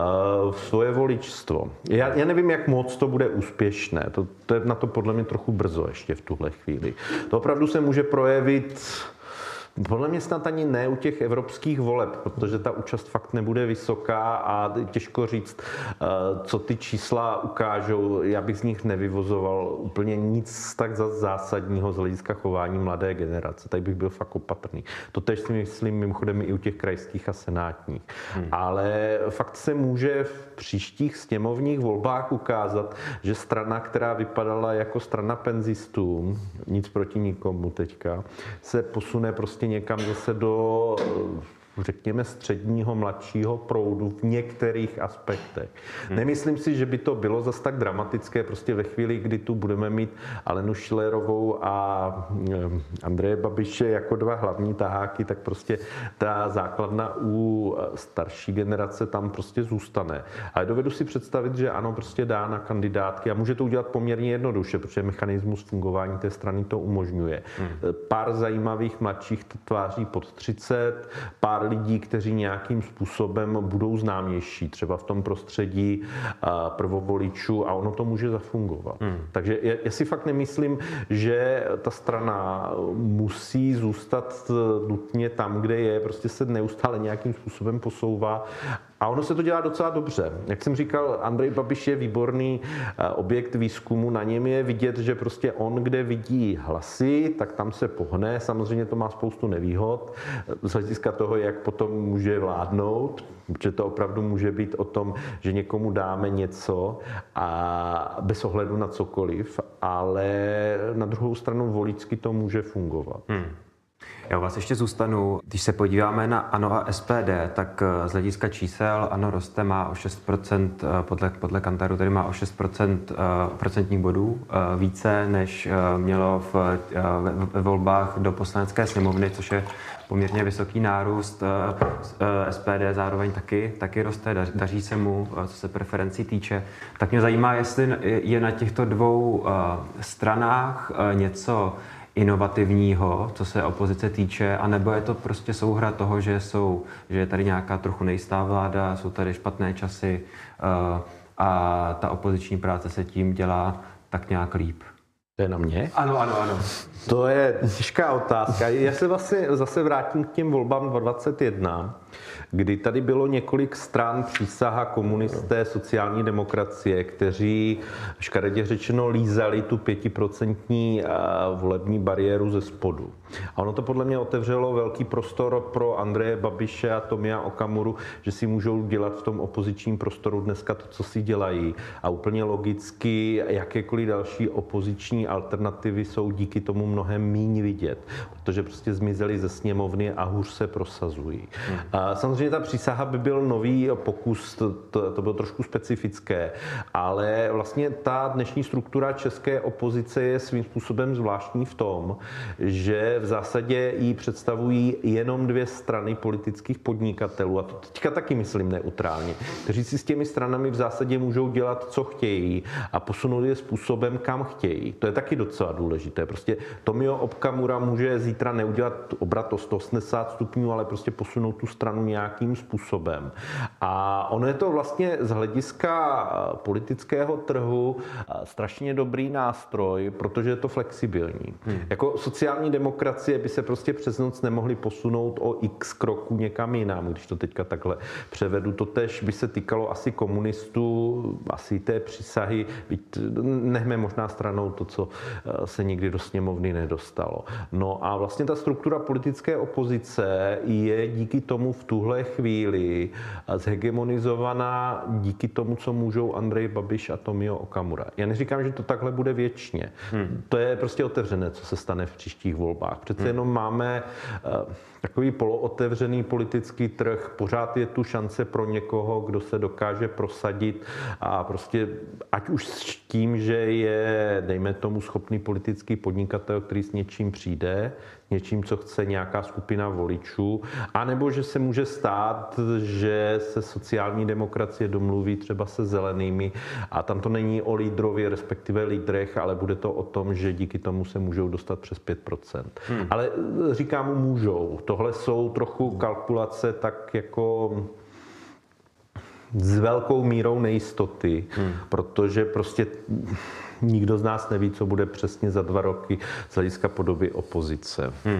svoje voličstvo. Já, já nevím, jak moc to bude úspěšné. To, to je na to podle mě trochu brzo ještě v tuhle chvíli. To opravdu se může projevit podle mě snad ani ne u těch evropských voleb, protože ta účast fakt nebude vysoká a těžko říct, co ty čísla ukážou. Já bych z nich nevyvozoval úplně nic tak zásadního z hlediska chování mladé generace. Tady bych byl fakt opatrný. To tež si myslím mimochodem i u těch krajských a senátních. Hmm. Ale fakt se může v příštích sněmovních volbách ukázat, že strana, která vypadala jako strana penzistů, nic proti nikomu teďka, se posune prostě někam zase do, řekněme, středního, mladšího proudu v některých aspektech. Hmm. Nemyslím si, že by to bylo zas tak dramatické, prostě ve chvíli, kdy tu budeme mít Alenu Schillerovou a Andreje Babiše jako dva hlavní taháky, tak prostě ta základna u starší generace tam prostě zůstane. Ale dovedu si představit, že ano, prostě dá na kandidátky a může to udělat poměrně jednoduše, protože mechanismus fungování té strany to umožňuje. Hmm. Pár zajímavých mladších tváří pod třicet, pár lidí, kteří nějakým způsobem budou známější, třeba v tom prostředí prvovoličů a ono to může zafungovat. Hmm. Takže já, já si fakt nemyslím, že ta strana musí zůstat nutně tam, kde je, prostě se neustále nějakým způsobem posouvá. A ono se to dělá docela dobře. Jak jsem říkal, Andrej Babiš je výborný objekt výzkumu, na něm je vidět, že prostě on, kde vidí hlasy, tak tam se pohne. Samozřejmě to má spoustu nevýhod z hlediska toho, jak potom může vládnout, protože to opravdu může být o tom, že někomu dáme něco a bez ohledu na cokoliv, ale na druhou stranu voličsky to může fungovat. Hmm. Já u vás ještě zůstanu. Když se podíváme na ANO a S P D, tak z hlediska čísel ANO roste, má o šest procent, podle, podle Kantaru, tedy má o šest procent procentních bodů více, než mělo v, ve volbách do poslanecké sněmovny, což je poměrně vysoký nárůst. S P D zároveň taky, taky roste, daří se mu, co se preferencí týče. Tak mě zajímá, jestli je na těchto dvou stranách něco inovativního, co se opozice týče, anebo je to prostě souhra toho, že, jsou, že je tady nějaká trochu nejistá vláda, jsou tady špatné časy uh, a ta opoziční práce se tím dělá tak nějak líp. To je na mě? Ano, ano, ano. To je těžká otázka. Já se vlastně zase vrátím k těm volbám dvacet jedna, kdy tady bylo několik stran, Přísaha, komunisté, sociální demokracie, kteří škaredě řečeno lízali tu pětiprocentní volební bariéru ze spodu. A ono to podle mě otevřelo velký prostor pro Andreje Babiše a Tomia Okamuru, že si můžou dělat v tom opozičním prostoru dneska to, co si dělají. A úplně logicky jakékoliv další opoziční opoziční alternativy jsou díky tomu mnohem míň vidět, protože prostě zmizely ze sněmovny a hůř se prosazují. Hmm. A samozřejmě ta přísaha by byl nový pokus, to, to, to bylo trošku specifické, ale vlastně ta dnešní struktura české opozice je svým způsobem zvláštní v tom, že v zásadě jí představují jenom dvě strany politických podnikatelů, a to teďka taky myslím neutrálně, kteří si s těmi stranami v zásadě můžou dělat, co chtějí a posunout je způsobem, kam chtějí. To je taky docela důležité. Prostě Tomio Okamura může zítra neudělat obrat o sto osmdesát stupňů, ale prostě posunout tu stranu nějakým způsobem. A ono je to vlastně z hlediska politického trhu strašně dobrý nástroj, protože je to flexibilní. Hmm. Jako sociální demokracie by se prostě přes noc nemohli posunout o x kroků někam jinam, když to teďka takhle převedu. To tež by se týkalo asi komunistů, asi té přísahy, nechme možná stranou to, co se nikdy do sněmovny nedostalo. No a vlastně ta struktura politické opozice je díky tomu v tuhle chvíli zhegemonizovaná díky tomu, co můžou Andrej Babiš a Tomio Okamura. Já neříkám, že to takhle bude věčně. Hmm. To je prostě otevřené, co se stane v příštích volbách. Přece hmm. jenom máme uh, takový polootevřený politický trh, pořád je tu šance pro někoho, kdo se dokáže prosadit a prostě ať už s tím, že je, dejme tomu, schopný politický podnikatel, který s něčím přijde, něčím, co chce nějaká skupina voličů, anebo že se může stát, že se sociální demokracie domluví třeba se zelenými a tam to není o lídrovi, respektive lídrech, ale bude to o tom, že díky tomu se můžou dostat přes pět procent. Hmm. Ale říkám, můžou. Tohle jsou trochu kalkulace tak jako s velkou mírou nejistoty, hmm. protože prostě nikdo z nás neví, co bude přesně za dva roky z hlediska podoby opozice. Hmm.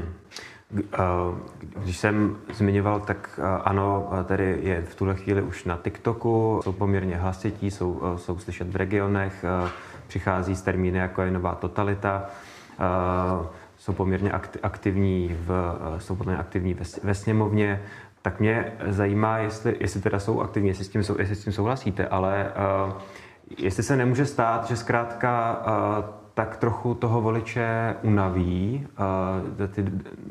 Když jsem zmiňoval, tak ANO tady je v tuhle chvíli už na TikToku, jsou poměrně hlasití, jsou, jsou slyšet v regionech, přichází s termíny jako je nová totalita, jsou poměrně aktivní, v, jsou poměrně aktivní ve, ve sněmovně. Tak mě zajímá, jestli, jestli teda jsou aktivní, jestli s tím, jestli s tím souhlasíte, ale uh, jestli se nemůže stát, že zkrátka uh, tak trochu toho voliče unaví uh, ty,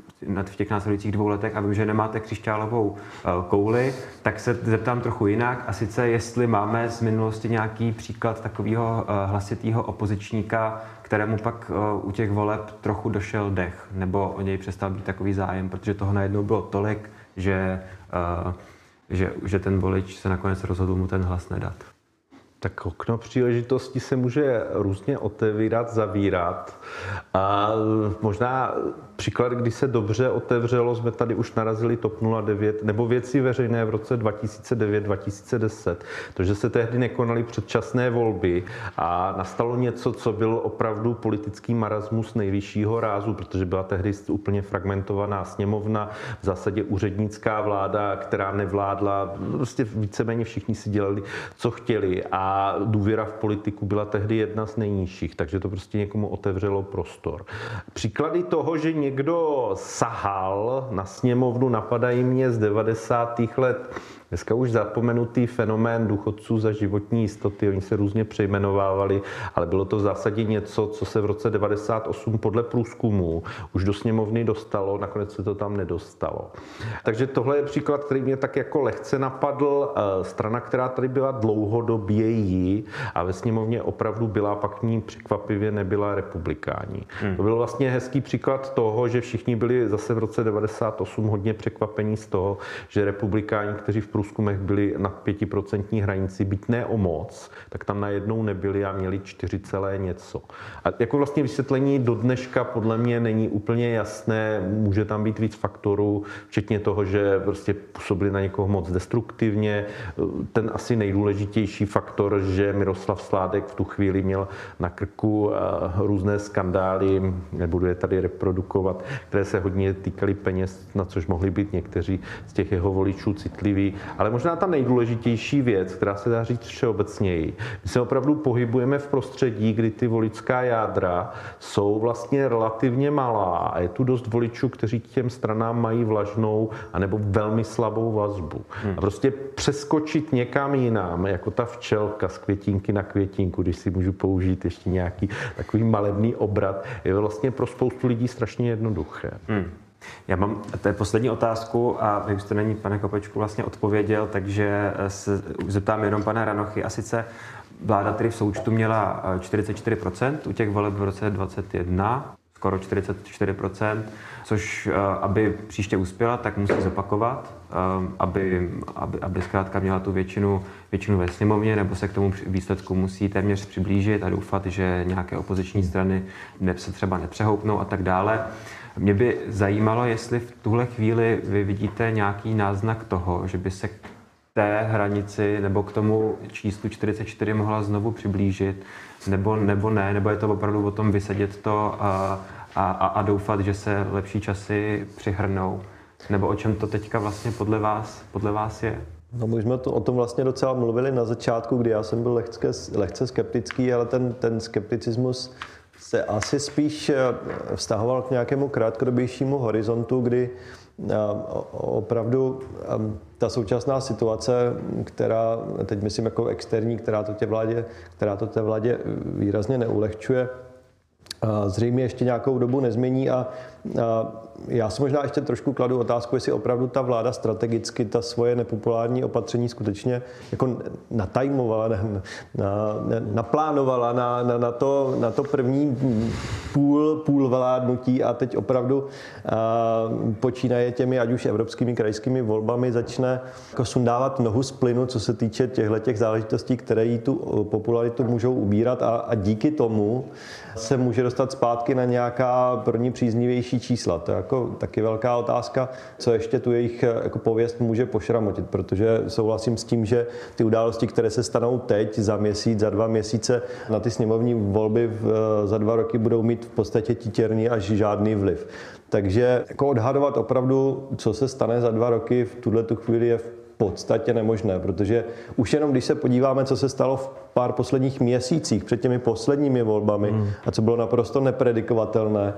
v těch následujících dvou letech a vím, že nemáte křišťálovou uh, kouli, tak se zeptám trochu jinak a sice jestli máme z minulosti nějaký příklad takového uh, hlasitého opozičníka, kterému pak uh, u těch voleb trochu došel dech, nebo o něj přestal být takový zájem, protože toho najednou bylo tolik, že, uh, že, že ten volič se nakonec rozhodl mu ten hlas nedat. Tak okno příležitosti se může různě otevírat, zavírat. A možná příklad, kdy se dobře otevřelo, jsme tady už narazili TOP nula devět, nebo Věci veřejné v roce dva tisíce devět dva tisíce deset. To, že se tehdy nekonaly předčasné volby a nastalo něco, co byl opravdu politický marasmus nejvyššího rázu, protože byla tehdy úplně fragmentovaná sněmovna, v zásadě úřednická vláda, která nevládla, prostě víceméně všichni si dělali, co chtěli. A A důvěra v politiku byla tehdy jedna z nejnižších, takže to prostě někomu otevřelo prostor. Příklady toho, že někdo sahal na sněmovnu, napadají mě z devadesátých let. Dneska už zapomenutý fenomén důchodců za životní jistoty, oni se různě přejmenovávali, ale bylo to v zásadě něco, co se v roce devadesát osm podle průzkumu už do sněmovny dostalo, nakonec se to tam nedostalo. Takže tohle je příklad, který mě tak jako lehce napadl. Strana, která tady byla dlouhodoběji a ve sněmovně opravdu byla, pak k ní překvapivě nebyla republikáni. Hmm. To byl vlastně hezký příklad toho, že všichni byli zase v roce devadesát osm hodně překvapení z toho, že republikáni, kteří v průzkumech byli nad pětiprocentní hranici, byť ne o moc, tak tam najednou nebyli a měli čtyři celé něco. A jako vlastně vysvětlení do dneška podle mě není úplně jasné, může tam být víc faktorů, včetně toho, že prostě působili na někoho moc destruktivně. Ten asi nejdůležitější faktor, že Miroslav Sládek v tu chvíli měl na krku různé skandály, nebudu je tady reprodukovat, které se hodně týkaly peněz, na což mohli být někteří z těch jeho voličů citliví. Ale možná ta nejdůležitější věc, která se dá říct všeobecněji, my se opravdu pohybujeme v prostředí, kdy ty voličská jádra jsou vlastně relativně malá a je tu dost voličů, kteří k těm stranám mají vlažnou anebo velmi slabou vazbu. Hmm. A prostě přeskočit někam jinam, jako ta včelka z květinky na květinku, když si můžu použít ještě nějaký takový malebný obrat, je vlastně pro spoustu lidí strašně jednoduché. Hmm. Já mám to je poslední otázku a vy už jste na ní, pane Kopečku, vlastně odpověděl, takže se zeptám jenom pana Ranochy. A sice vláda tedy v součtu měla čtyřicet čtyři procent u těch voleb v roce dvacet jedna, skoro čtyřicet čtyři procent, což aby příště uspěla, tak musí zopakovat, aby, aby, aby zkrátka měla tu většinu, většinu ve sněmovně, nebo se k tomu výsledku musí téměř přiblížit a doufat, že nějaké opoziční strany se třeba nepřehoupnou a tak dále. Mě by zajímalo, jestli v tuhle chvíli vy vidíte nějaký náznak toho, že by se k té hranici nebo k tomu číslu čtyřicet čtyři mohla znovu přiblížit, nebo, nebo ne, nebo je to opravdu o tom vysedět to a, a, a doufat, že se lepší časy přihrnou, nebo o čem to teďka vlastně podle vás, podle vás je? No, my jsme to, o tom vlastně docela mluvili na začátku, kdy já jsem byl lehce, lehce skeptický, ale ten, ten skepticismus se asi spíš vztahoval k nějakému krátkodobějšímu horizontu, kdy opravdu ta současná situace, která, teď myslím jako externí, která to té vládě, která to té vládě výrazně neulehčuje, zřejmě ještě nějakou dobu nezmění a, a já si možná ještě trošku kladu otázku, jestli opravdu ta vláda strategicky ta svoje nepopulární opatření skutečně jako natajmovala, na, na, naplánovala na, na, na, to, na to první půl, půl vládnutí a teď opravdu a, počínaje těmi, ať už evropskými krajskými volbami, začne jako sundávat nohu z plynu, co se týče těchto záležitostí, které jí tu popularitu můžou ubírat a, a díky tomu se může dostat zpátky na nějaká pro ní příznivější čísla. To je jako taky velká otázka, co ještě tu jejich jako pověst může pošramotit, protože souhlasím s tím, že ty události, které se stanou teď za měsíc, za dva měsíce na ty sněmovní volby v, za dva roky budou mít v podstatě titěrný až žádný vliv. Takže jako odhadovat opravdu, co se stane za dva roky v tuhletu chvíli je v podstatě nemožné, protože už jenom když se podíváme, co se stalo v pár posledních měsících před těmi posledními volbami hmm. a co bylo naprosto nepredikovatelné,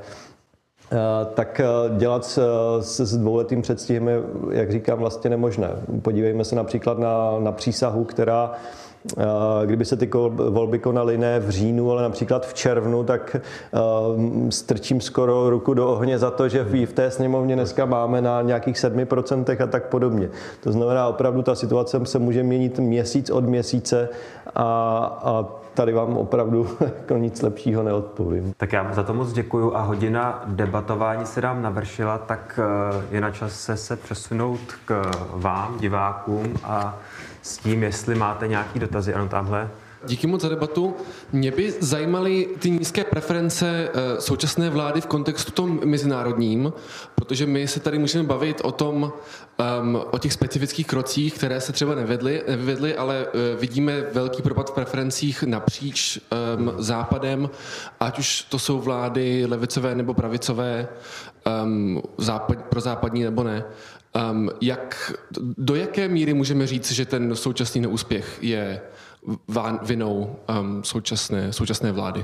tak dělat se s dvouletým předstihem je, jak říkám, vlastně nemožné. Podívejme se například na, na přísahu, která kdyby se ty volby konaly ne v říjnu, ale například v červnu, tak uh, strčím skoro ruku do ohně za to, že v té sněmovně dneska máme na nějakých sedmi procentech a tak podobně. To znamená, opravdu ta situace se může měnit měsíc od měsíce a, a tady vám opravdu jako nic lepšího neodpovím. Tak já za to moc děkuju a hodina debatování se nám navršila, tak je na čase se přesunout k vám, divákům a s tím, jestli máte nějaký dotazy. Ano, tamhle. Díky moc za debatu. Mě by zajímaly ty nízké preference současné vlády v kontextu tom mezinárodním, protože my se tady můžeme bavit o tom, um, o těch specifických krocích, které se třeba nevedly, nevyvedly, ale uh, vidíme velký propad v preferencích napříč um, západem, ať už to jsou vlády levicové nebo pravicové, um, západ, prozápadní nebo ne. Um, jak, do jaké míry můžeme říct, že ten současný neúspěch je vinou um, současné, současné vlády?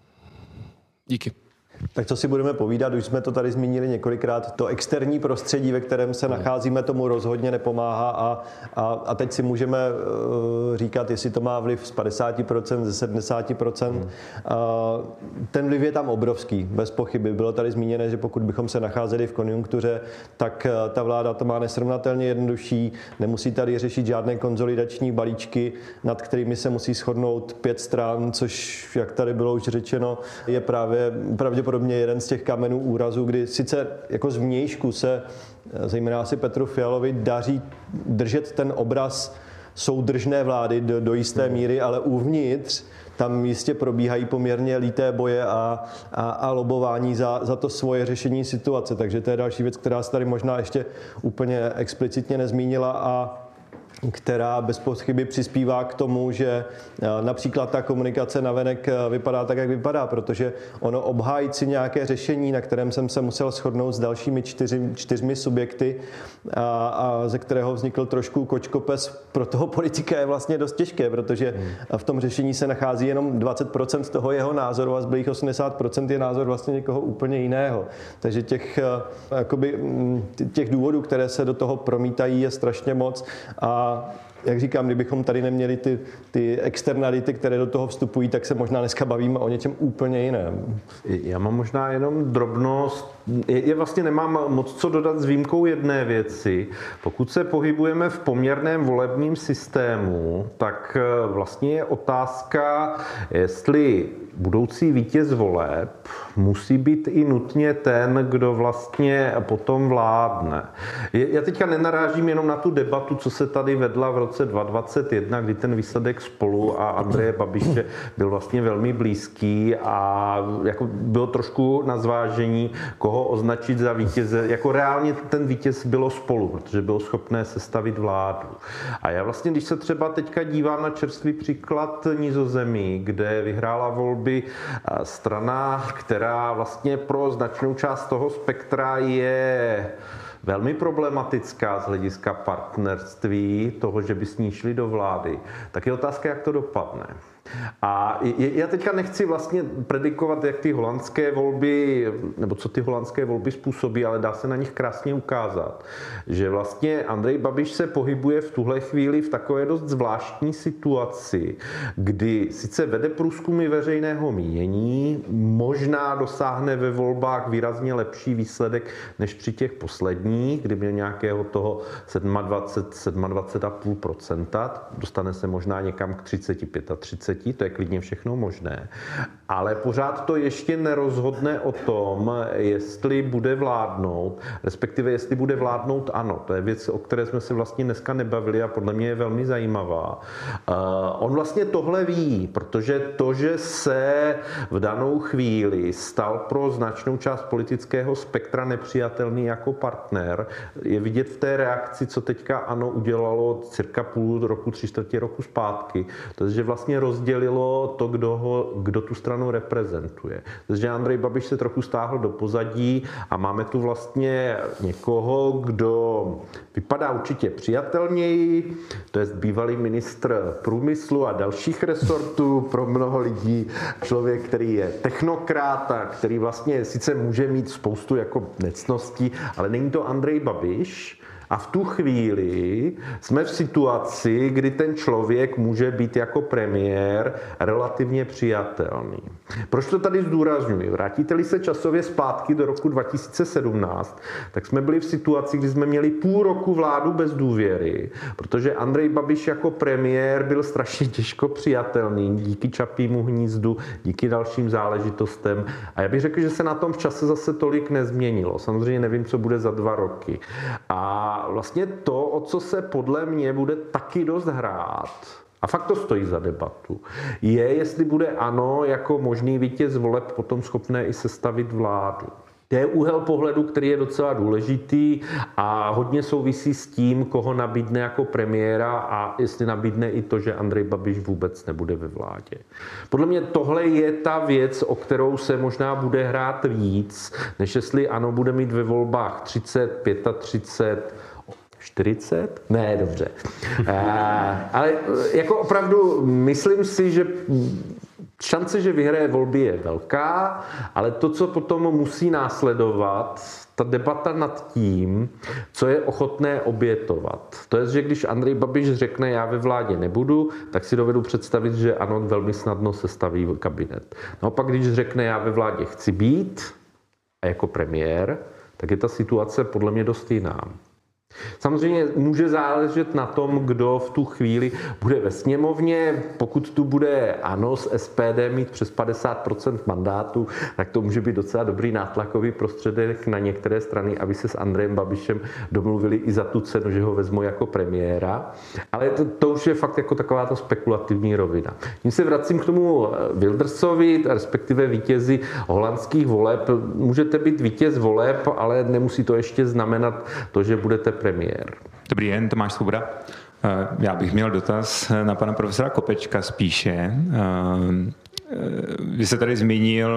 Díky. Tak co si budeme povídat, už jsme to tady zmínili několikrát, to externí prostředí, ve kterém se nacházíme, tomu rozhodně nepomáhá a, a, a teď si můžeme uh, říkat, jestli to má vliv z padesát procent, ze sedmdesát procent. Hmm. Uh, ten vliv je tam obrovský, bez pochyby. Bylo tady zmíněné, že pokud bychom se nacházeli v konjunktuře, tak uh, ta vláda to má nesrovnatelně jednodušší, nemusí tady řešit žádné konsolidační balíčky, nad kterými se musí shodnout pět stran, což, jak tady bylo už řečeno, je právě pravděpodobně Podobně jeden z těch kamenů úrazu, kdy sice jako zvnějšku se, zejména asi Petru Fialovi, daří držet ten obraz soudržné vlády do, do jisté míry, ale uvnitř tam jistě probíhají poměrně líté boje a, a, a lobování za, za to svoje řešení situace. Takže to je další věc, která se tady možná ještě úplně explicitně nezmínila a která bez pochyby přispívá k tomu, že například ta komunikace navenek vypadá tak, jak vypadá, protože ono obhájit si nějaké řešení, na kterém jsem se musel shodnout s dalšími čtyři, čtyřmi subjekty a, a ze kterého vznikl trošku kočkopes, pro toho politika je vlastně dost těžké, protože v tom řešení se nachází jenom dvacet procent toho jeho názoru a zbylých osmdesát procent je názor vlastně někoho úplně jiného. Takže těch, jakoby, těch důvodů, které se do toho promítají, je strašně moc a jak říkám, kdybychom tady neměli ty, ty externality, které do toho vstupují, tak se možná dneska bavíme o něčem úplně jiném. Já mám možná jenom drobnost. Je vlastně nemám moc co dodat s výjimkou jedné věci. Pokud se pohybujeme v poměrném volebním systému, tak vlastně je otázka, jestli budoucí vítěz voleb musí být i nutně ten, kdo vlastně potom vládne. Já teďka nenarážím jenom na tu debatu, co se tady vedla v roce dva tisíce dvacet jedna, kdy ten výsledek Spolu a Andreje Babiše byl vlastně velmi blízký a jako bylo trošku na zvážení, koho označit za vítěze. Jako reálně ten vítěz bylo Spolu, protože bylo schopné sestavit vládu. A já vlastně, když se třeba teďka dívám na čerstvý příklad Nizozemí, kde vyhrála volby strana, která vlastně pro značnou část toho spektra je velmi problematická z hlediska partnerství, toho, že by s ní šli do vlády, tak je otázka, jak to dopadne. A já teďka nechci vlastně predikovat, jak ty holandské volby, nebo co ty holandské volby způsobí, ale dá se na nich krásně ukázat, že vlastně Andrej Babiš se pohybuje v tuhle chvíli v takové dost zvláštní situaci, kdy sice vede průzkumy veřejného mínění, možná dosáhne ve volbách výrazně lepší výsledek než při těch posledních, kdy měl nějakého toho dvacet sedm, dvacet sedm celá pět procenta, dostane se možná někam k třicet, třicet pět, to je klidně všechno možné. Ale pořád to ještě nerozhodne o tom, jestli bude vládnout, respektive jestli bude vládnout ANO. To je věc, o které jsme se vlastně dneska nebavili a podle mě je velmi zajímavá. Uh, on vlastně tohle ví, protože to, že se v danou chvíli stal pro značnou část politického spektra nepřijatelný jako partner, je vidět v té reakci, co teďka ANO udělalo cirka půl roku, tři čtvrtě roku zpátky. To je, že vlastně rozdělilo to, kdo, ho, kdo tu stranu reprezentuje. Takže Andrej Babiš se trochu stáhl do pozadí a máme tu vlastně někoho, kdo vypadá určitě přijatelněji, to je bývalý ministr průmyslu a dalších resortů, pro mnoho lidí člověk, který je technokrat a který vlastně sice může mít spoustu jako necností, ale není to Andrej Babiš. A v tu chvíli jsme v situaci, kdy ten člověk může být jako premiér relativně přijatelný. Proč to tady zdůrazňuji? Vrátíte-li se časově zpátky do roku dva tisíce sedmnáct, tak jsme byli v situaci, kdy jsme měli půl roku vládu bez důvěry, protože Andrej Babiš jako premiér byl strašně těžko přijatelný díky Čapímu hnízdu, díky dalším záležitostem. A já bych řekl, že se na tom v čase zase tolik nezměnilo. Samozřejmě nevím, co bude za dva roky. A A vlastně to, o co se podle mě bude taky dost hrát, a fakt to stojí za debatu, je, jestli bude ANO jako možný vítěz voleb potom schopné i sestavit vládu. To je úhel pohledu, který je docela důležitý a hodně souvisí s tím, koho nabídne jako premiéra a jestli nabídne i to, že Andrej Babiš vůbec nebude ve vládě. Podle mě tohle je ta věc, o kterou se možná bude hrát víc, než jestli ANO bude mít ve volbách třicet, třicet pět, čtyřicet? Ne, dobře. Ale jako opravdu myslím si, že šance, že vyhraje volby, je velká, ale to, co potom musí následovat, ta debata nad tím, co je ochotné obětovat. To je, že když Andrej Babiš řekne, já ve vládě nebudu, tak si dovedu představit, že ano, velmi snadno sestaví kabinet. Naopak, když řekne, já ve vládě chci být, a jako premiér, tak je ta situace podle mě dost jiná. Samozřejmě může záležet na tom, kdo v tu chvíli bude ve sněmovně. Pokud tu bude ANO z S P D mít přes padesát procent mandátů, tak to může být docela dobrý nátlakový prostředek na některé strany, aby se s Andrejem Babišem domluvili i za tu cenu, že ho vezmou jako premiéra. Ale to, to už je fakt jako taková ta spekulativní rovina. Tím se vracím k tomu Wildersovi, respektive vítězi holandských voleb. Můžete být vítěz voleb, ale nemusí to ještě znamenat to, že budete premiér. Dobrý den, Tomáš Svoboda. Já bych měl dotaz na pana profesora Kopečka spíše. Vy jste tady zmínil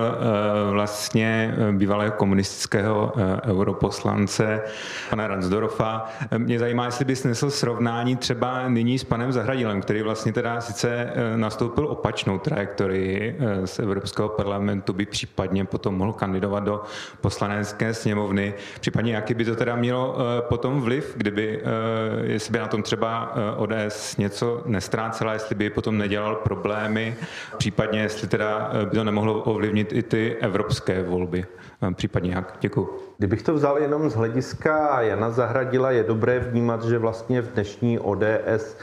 vlastně bývalého komunistického europoslance pana Ransdorfa. Mě zajímá, jestli by snesl srovnání třeba nyní s panem Zahradilem, který vlastně teda sice nastoupil opačnou trajektorii z Evropského parlamentu, by případně potom mohl kandidovat do poslanecké sněmovny. Případně jaký by to teda mělo potom vliv, kdyby, jestli by na tom třeba O D S něco nestrácela, jestli by potom nedělal problémy, případně jestli teda by to nemohlo ovlivnit i ty evropské volby. Případně jak? Děkuji. Kdybych to vzal jenom z hlediska Jana Zahradila, je dobré vnímat, že vlastně v dnešní O D S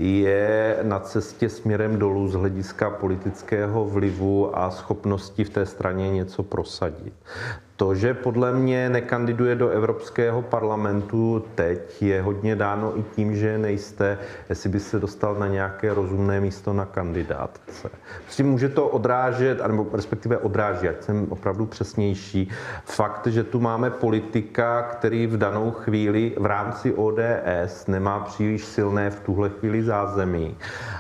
je na cestě směrem dolů z hlediska politického vlivu a schopnosti v té straně něco prosadit. To, že podle mě nekandiduje do Evropského parlamentu teď, je hodně dáno i tím, že nejste, jestli by se dostal na nějaké rozumné místo na kandidátce. Prostě může to odrážet, nebo respektive odráží, ať jsem opravdu přesnější, fakt, že tu máme politika, který v danou chvíli v rámci O D S nemá příliš silné v tuhle chvíli zázemí.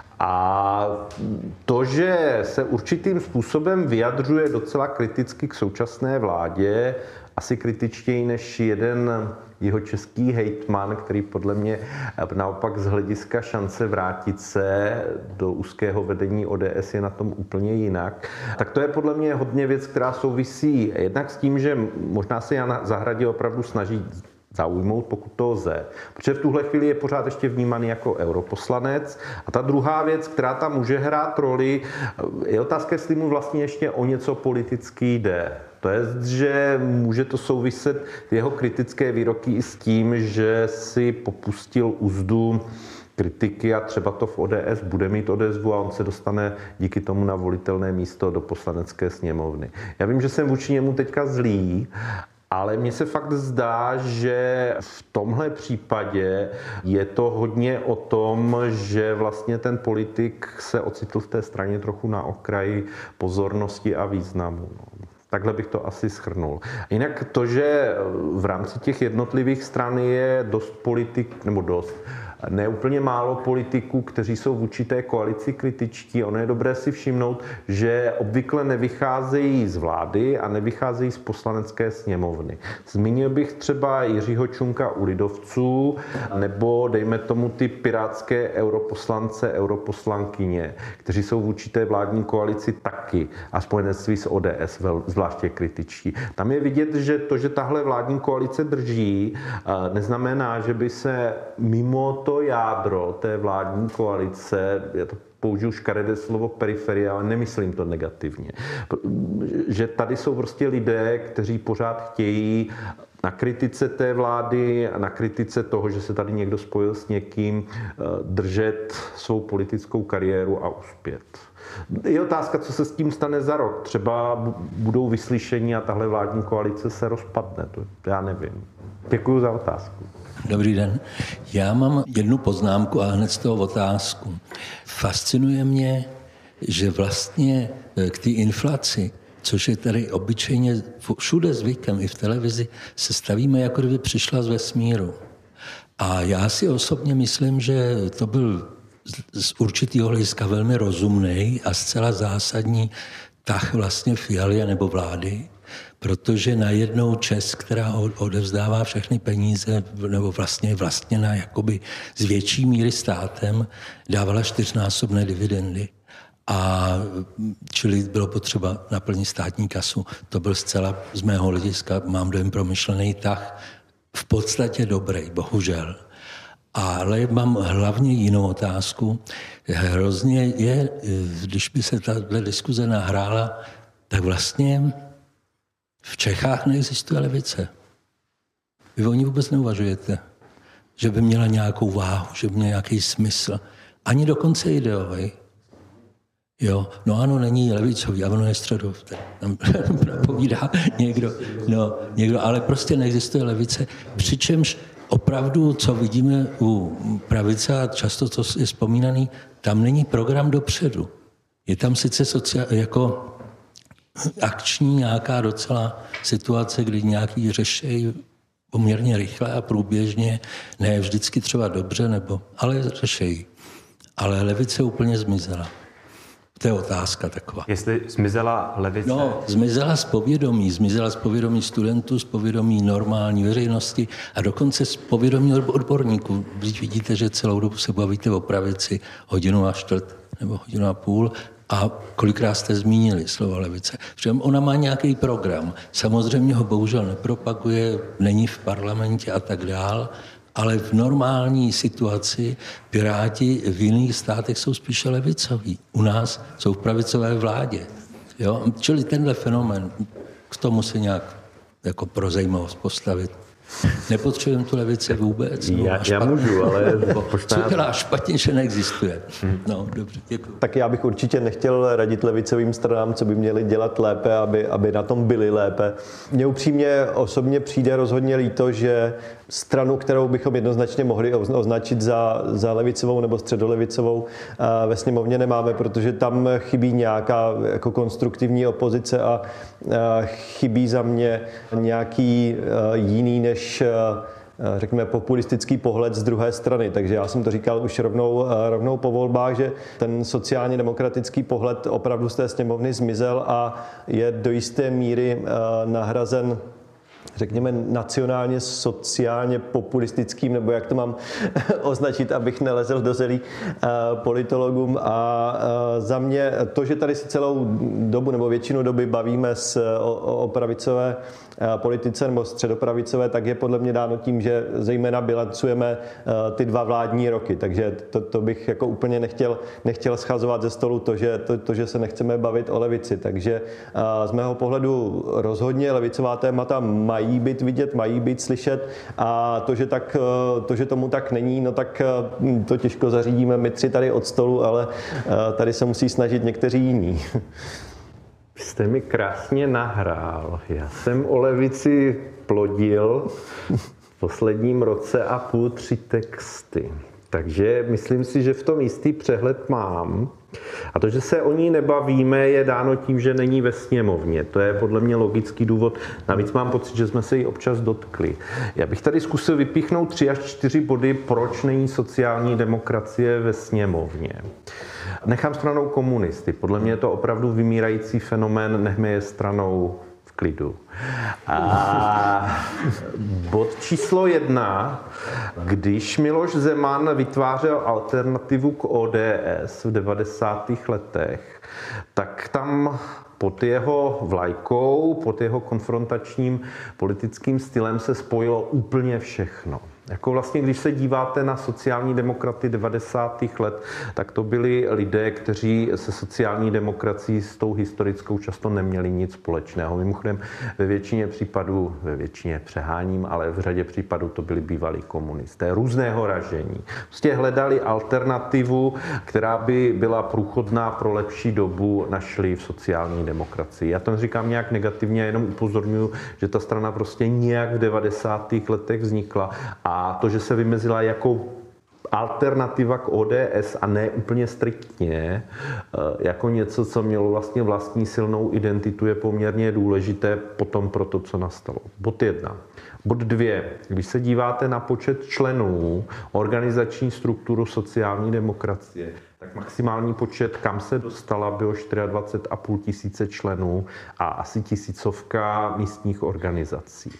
A to, že se určitým způsobem vyjadřuje docela kriticky k současné vládě, asi kritičtěji než jeden jihočeský hejtman, který podle mě naopak z hlediska šance vrátit se do úzkého vedení O D S je na tom úplně jinak. Tak to je podle mě hodně věc, která souvisí jednak s tím, že možná se Jan Zahradil opravdu snaží zaujmout, pokud to lze. Protože v tuhle chvíli je pořád ještě vnímaný jako europoslanec. A ta druhá věc, která tam může hrát roli, je otázka, jestli mu vlastně ještě o něco politicky jde. To je, že může to souviset jeho kritické výroky i s tím, že si popustil uzdu kritiky a třeba to v O D S bude mít odezvu a on se dostane díky tomu na volitelné místo do poslanecké sněmovny. Já vím, že jsem vůči němu teďka zlý, ale mně se fakt zdá, že v tomhle případě je to hodně o tom, že vlastně ten politik se ocitl v té straně trochu na okraji pozornosti a významu. No. Takhle bych to asi shrnul. Jinak to, že v rámci těch jednotlivých stran je dost politik, nebo dost, ne úplně málo politiků, kteří jsou v určité koalici kritičtí. Ono je dobré si všimnout, že obvykle nevycházejí z vlády a nevycházejí z poslanecké sněmovny. Zmínil bych třeba Jiřího Čunka u lidovců, nebo dejme tomu ty pirátské europoslance, europoslankyně, kteří jsou v určité vládní koalici taky a spojenectví s O D S zvláště kritičtí. Tam je vidět, že to, že tahle vládní koalice drží, neznamená, že by se mimo to jádro té vládní koalice, já to použiju škaredé slovo periferie, ale nemyslím to negativně, že tady jsou prostě lidé, kteří pořád chtějí na kritice té vlády a na kritice toho, že se tady někdo spojil s někým, držet svou politickou kariéru a uspět. Je otázka, co se s tím stane za rok. Třeba budou vyslyšení a tahle vládní koalice se rozpadne. To já nevím. Děkuji za otázku. Dobrý den. Já mám jednu poznámku a hned z toho otázku. Fascinuje mě, že vlastně k té inflaci, což je tady obyčejně všude zvykem, i v televizi, se stavíme, jako kdyby přišla z vesmíru. A já si osobně myslím, že to byl z určitého hlediska velmi rozumný a zcela zásadní tah vlastně Fialy nebo vlády, protože najednou Čes, která odevzdává všechny peníze, nebo vlastně vlastněná jakoby z větší míry státem, dávala čtyřnásobné dividendy. A čili bylo potřeba naplnit státní kasu. To byl zcela z mého hlediska, mám dojem, promyšlený tah, v podstatě dobrý, bohužel. Ale mám hlavně jinou otázku. Hrozně je, když by se tato diskuze nahrála, tak vlastně v Čechách neexistuje levice. Vy o ní vůbec neuvažujete, že by měla nějakou váhu, že by měla nějaký smysl. Ani dokonce ideový. Jo, no ano, není levicový, a ono je středov. Tam napovídá někdo, no, někdo, ale prostě neexistuje levice. Přičemž opravdu, co vidíme u pravice, a často to je vzpomínaný, tam není program dopředu. Je tam sice sociál, jako akční nějaká docela situace, kdy nějaký řeší poměrně rychle a průběžně, ne vždycky třeba dobře, nebo, ale řešejí. Ale levice úplně zmizela. To je otázka taková. Jestli zmizela levice? No, zmizela z povědomí, zmizela z povědomí studentů, z povědomí normální veřejnosti a dokonce z povědomí odborníků. Když vidíte, že celou dobu se bavíte o pravici hodinu a čtvrt nebo hodinu a půl a kolikrát jste zmínili slovo levice. Protože ona má nějaký program. Samozřejmě ho bohužel nepropaguje, není v parlamentě a tak dál, ale v normální situaci Piráti v jiných státech jsou spíše levicoví. U nás jsou v pravicové vládě. Jo? Čili tenhle fenomén, k tomu se nějak jako pro zajímavost postavit. Nepotřebujeme tu levici vůbec. No, já, já můžu, ale... Co dělá špatně, že neexistuje. No, dobře, děkuji. Tak já bych určitě nechtěl radit levicovým stranám, co by měli dělat lépe, aby, aby na tom byli lépe. Mně upřímně osobně přijde rozhodně líto, že stranu, kterou bychom jednoznačně mohli označit za, za levicovou nebo středolevicovou, ve sněmovně nemáme, protože tam chybí nějaká jako konstruktivní opozice a chybí za mě nějaký jiný než řekněme populistický pohled z druhé strany. Takže já jsem to říkal už rovnou, rovnou po volbách, že ten sociálně demokratický pohled opravdu z té sněmovny zmizel a je do jisté míry nahrazen řekněme nacionálně, sociálně populistickým, nebo jak to mám označit, abych nelezl do zelí politologům. A za mě to, že tady si celou dobu nebo většinu doby bavíme s, o, o pravicové politice nebo středopravicové, tak je podle mě dáno tím, že zejména bilancujeme ty dva vládní roky. Takže to, to bych jako úplně nechtěl, nechtěl schazovat ze stolu to že, to, to, že se nechceme bavit o levici. Takže z mého pohledu rozhodně levicová témata mají být vidět, mají být slyšet a to, že, tak, to, že tomu tak není, no tak to těžko zařídíme my tři tady od stolu, ale tady se musí snažit někteří jiní. Jste mi krásně nahrál. Já jsem o levici plodil v posledním roce a půl tři texty. Takže myslím si, že v tom jistý přehled mám. A to, že se o ní nebavíme, je dáno tím, že není ve sněmovně. To je podle mě logický důvod. Navíc mám pocit, že jsme se jí občas dotkli. Já bych tady zkusil vypíchnout tři až čtyři body, proč není sociální demokracie ve sněmovně. Nechám stranou komunisty. Podle mě je to opravdu vymírající fenomén, nechme je stranou v klidu. A bod číslo jedna. Když Miloš Zeman vytvářel alternativu k O D S v devadesátých letech, tak tam pod jeho vlajkou, pod jeho konfrontačním politickým stylem se spojilo úplně všechno. Jako vlastně, když se díváte na sociální demokraty devadesátých let, tak to byli lidé, kteří se sociální demokracií s tou historickou často neměli nic společného. Mimochodem ve většině případů, ve většině přeháním, ale v řadě případů to byli bývalí komunisté různého ražení. Prostě hledali alternativu, která by byla průchodná pro lepší dobu, našli v sociální demokracii. Já to neříkám nějak negativně, jenom upozorňuji, že ta strana prostě nějak v devadesátých letech vznikla a A to, že se vymezila jako alternativa k O D S a ne úplně striktně, jako něco, co mělo vlastně vlastní silnou identitu, je poměrně důležité potom pro to, co nastalo. Bod jedna. Bod dvě. Když se díváte na počet členů, organizační strukturu sociální demokracie, tak maximální počet, kam se dostala, bylo dvacet čtyři a půl tisíce členů a asi tisícovka místních organizací.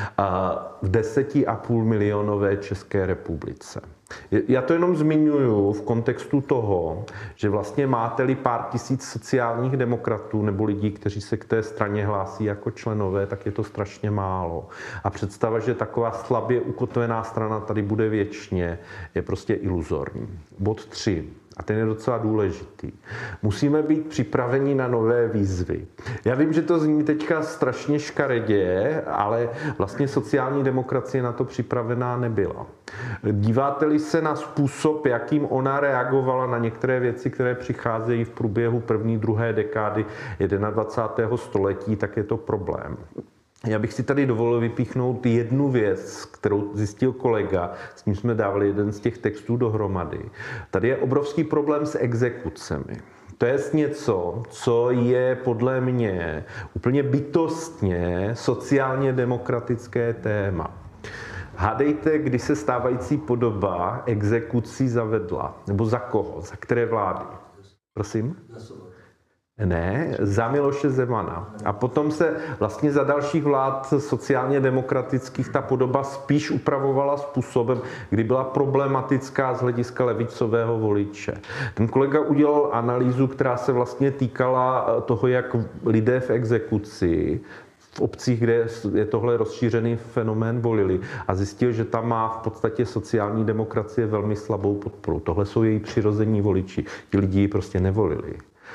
V deseti a půl milionové České republice. Já to jenom zmiňuji v kontextu toho, že vlastně máte-li pár tisíc sociálních demokratů nebo lidí, kteří se k té straně hlásí jako členové, tak je to strašně málo. A představa, že taková slabě ukotvená strana tady bude věčně, je prostě iluzorní. Bod tři. A ten je docela důležitý. Musíme být připraveni na nové výzvy. Já vím, že to zní teďka strašně škaredě, ale vlastně sociální demokracie na to připravená nebyla. Díváte-li se na způsob, jakým ona reagovala na některé věci, které přicházejí v průběhu první, druhé dekády dvacátého prvního století, tak je to problém. Já bych si tady dovolil vypíchnout jednu věc, kterou zjistil kolega, s ním jsme dávali jeden z těch textů dohromady. Tady je obrovský problém s exekucemi. To je něco, co je podle mě úplně bytostně sociálně demokratické téma. Hádejte, kdy se stávající podoba exekucí zavedla? Nebo za koho? Za které vlády? Prosím? Ne, za Miloše Zemana. A potom se vlastně za dalších vlád sociálně demokratických ta podoba spíš upravovala způsobem, kdy byla problematická z hlediska levicového voliče. Ten kolega udělal analýzu, která se vlastně týkala toho, jak lidé v exekuci v obcích, kde je tohle rozšířený fenomén, volili a zjistil, že tam má v podstatě sociální demokracie velmi slabou podporu. Tohle jsou její přirození voliči. Ti lidi ji prostě nevolili.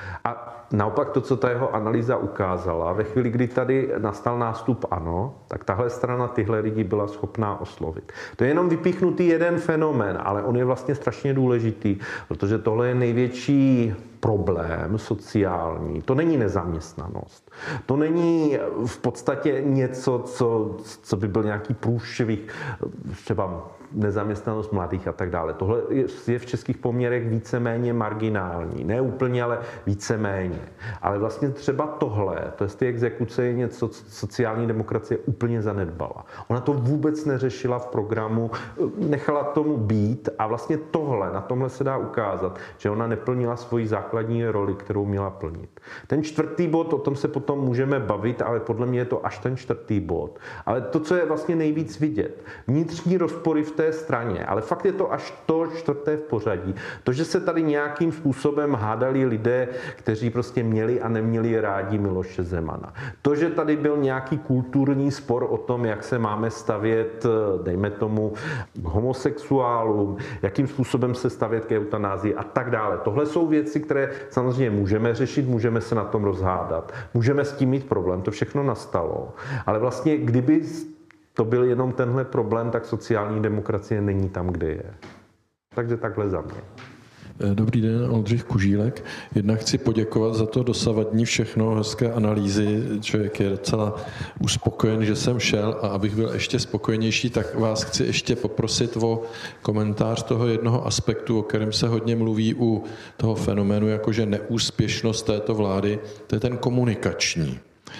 A naopak to, co ta jeho analýza ukázala, ve chvíli, kdy tady nastal nástup ANO, tak tahle strana tyhle lidi byla schopná oslovit. To je jenom vypíchnutý jeden fenomén, ale on je vlastně strašně důležitý, protože tohle je největší problém sociální. To není nezaměstnanost. To není v podstatě něco, co, co by byl nějaký průšvih, třeba nezaměstnanost mladých a tak dále. Tohle je v českých poměrech víceméně marginální. Ne úplně, ale víceméně. Ale vlastně třeba tohle, to je ty exekuce, je něco, co sociální demokracie úplně zanedbala. Ona to vůbec neřešila v programu, nechala tomu být a vlastně tohle, na tomhle se dá ukázat, že ona neplnila svoji základní roli, kterou měla plnit. Ten čtvrtý bod, o tom se potom můžeme bavit, ale podle mě je to až ten čtvrtý bod. Ale to, co je vlastně nejvíc vidět, vnitřní rozpory v té straně, ale fakt je to až to čtvrté v pořadí. To, že se tady nějakým způsobem hádali lidé, kteří prostě měli a neměli rádi Miloše Zemana. To, že tady byl nějaký kulturní spor o tom, jak se máme stavět, dejme tomu, homosexuálům, jakým způsobem se stavět k eutanázii a tak dále. Tohle jsou věci, které samozřejmě můžeme řešit, můžeme se na tom rozhádat, můžeme s tím mít problém, to všechno nastalo. Ale vlastně, kdyby to byl jenom tenhle problém, tak sociální demokracie není tam, kde je. Takže takhle za mě. Dobrý den, Oldřich Kužílek. Jednak chci poděkovat za to dosavadní všechno, hezké analýzy. Člověk je docela uspokojen, že jsem šel, a abych byl ještě spokojenější, tak vás chci ještě poprosit o komentář toho jednoho aspektu, o kterém se hodně mluví u toho fenoménu, jakože neúspěšnost této vlády, to je ten komunikační.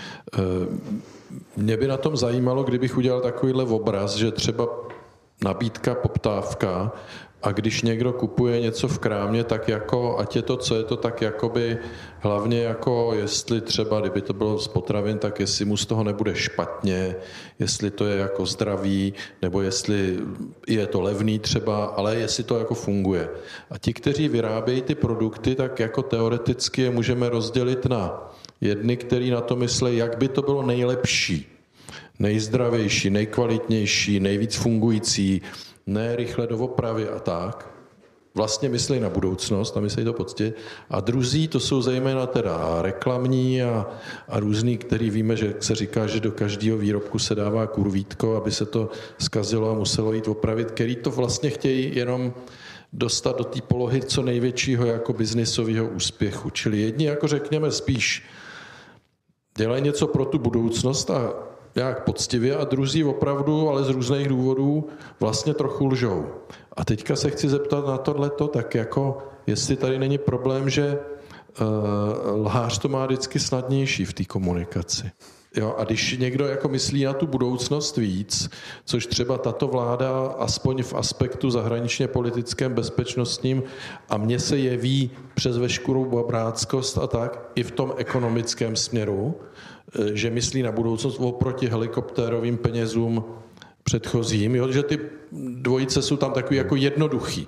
Mě by na tom zajímalo, kdybych udělal takovýhle obraz, že třeba nabídka, poptávka, a když někdo kupuje něco v krámě, tak jako, ať je to, co je to, tak jakoby hlavně jako, jestli třeba, kdyby to bylo z potravin, tak jestli mu z toho nebude špatně, jestli to je jako zdravý, nebo jestli je to levný třeba, ale jestli to jako funguje. A ti, kteří vyrábějí ty produkty, tak jako teoreticky je můžeme rozdělit na jedny, který na to myslí, jak by to bylo nejlepší, nejzdravější, nejkvalitnější, nejvíc fungující, ne rychle do opravy a tak. Vlastně myslí na budoucnost a myslí to poctivě. A druzí, to jsou zejména teda reklamní a, a různý, který víme, že se říká, že do každého výrobku se dává kurvítko, aby se to zkazilo a muselo jít opravit, který to vlastně chtějí jenom dostat do té polohy co největšího jako biznisového úspěchu. Čili jedni, jako řekněme, spíš dělají něco pro tu budoucnost a nějak poctivě, a druzí opravdu, ale z různých důvodů vlastně trochu lžou. A teďka se chci zeptat na tohleto, tak jako jestli tady není problém, že uh, lhář to má vždycky snadnější v té komunikaci. Jo, a když někdo jako myslí na tu budoucnost víc, což třeba tato vláda aspoň v aspektu zahraničně politickém, bezpečnostním, a mně se jeví přes veškerou babráckost a tak i v tom ekonomickém směru, že myslí na budoucnost oproti helikoptérovým penězům předchozím, jo, že ty dvojice jsou tam takový jako jednoduchý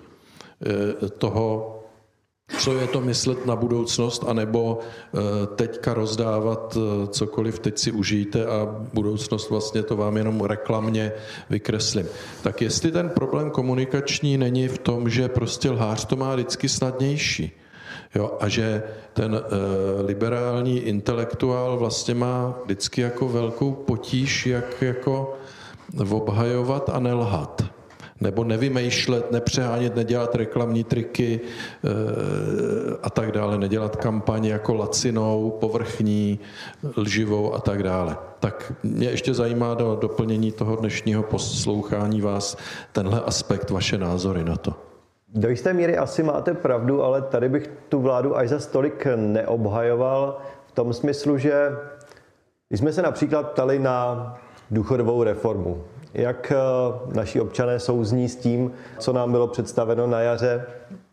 toho, co je to myslet na budoucnost, anebo teďka rozdávat cokoliv, teď si užijte a budoucnost vlastně to vám jenom reklamně vykreslím. Tak jestli ten problém komunikační není v tom, že prostě lhář to má vždycky snadnější, jo, a že ten e, liberální intelektuál vlastně má vždycky jako velkou potíž, jak jako obhajovat a nelhat. Nebo nevymýšlet, nepřehánět, nedělat reklamní triky e, a tak dále, nedělat kampaň jako lacinou, povrchní, lživou a tak dále. Tak mě ještě zajímá do doplnění toho dnešního poslouchání vás tenhle aspekt, vaše názory na to. Do jisté míry asi máte pravdu, ale tady bych tu vládu až za tolik neobhajoval v tom smyslu, že když jsme se například ptali na důchodovou reformu. Jak naši občané souzní s tím, co nám bylo představeno na jaře,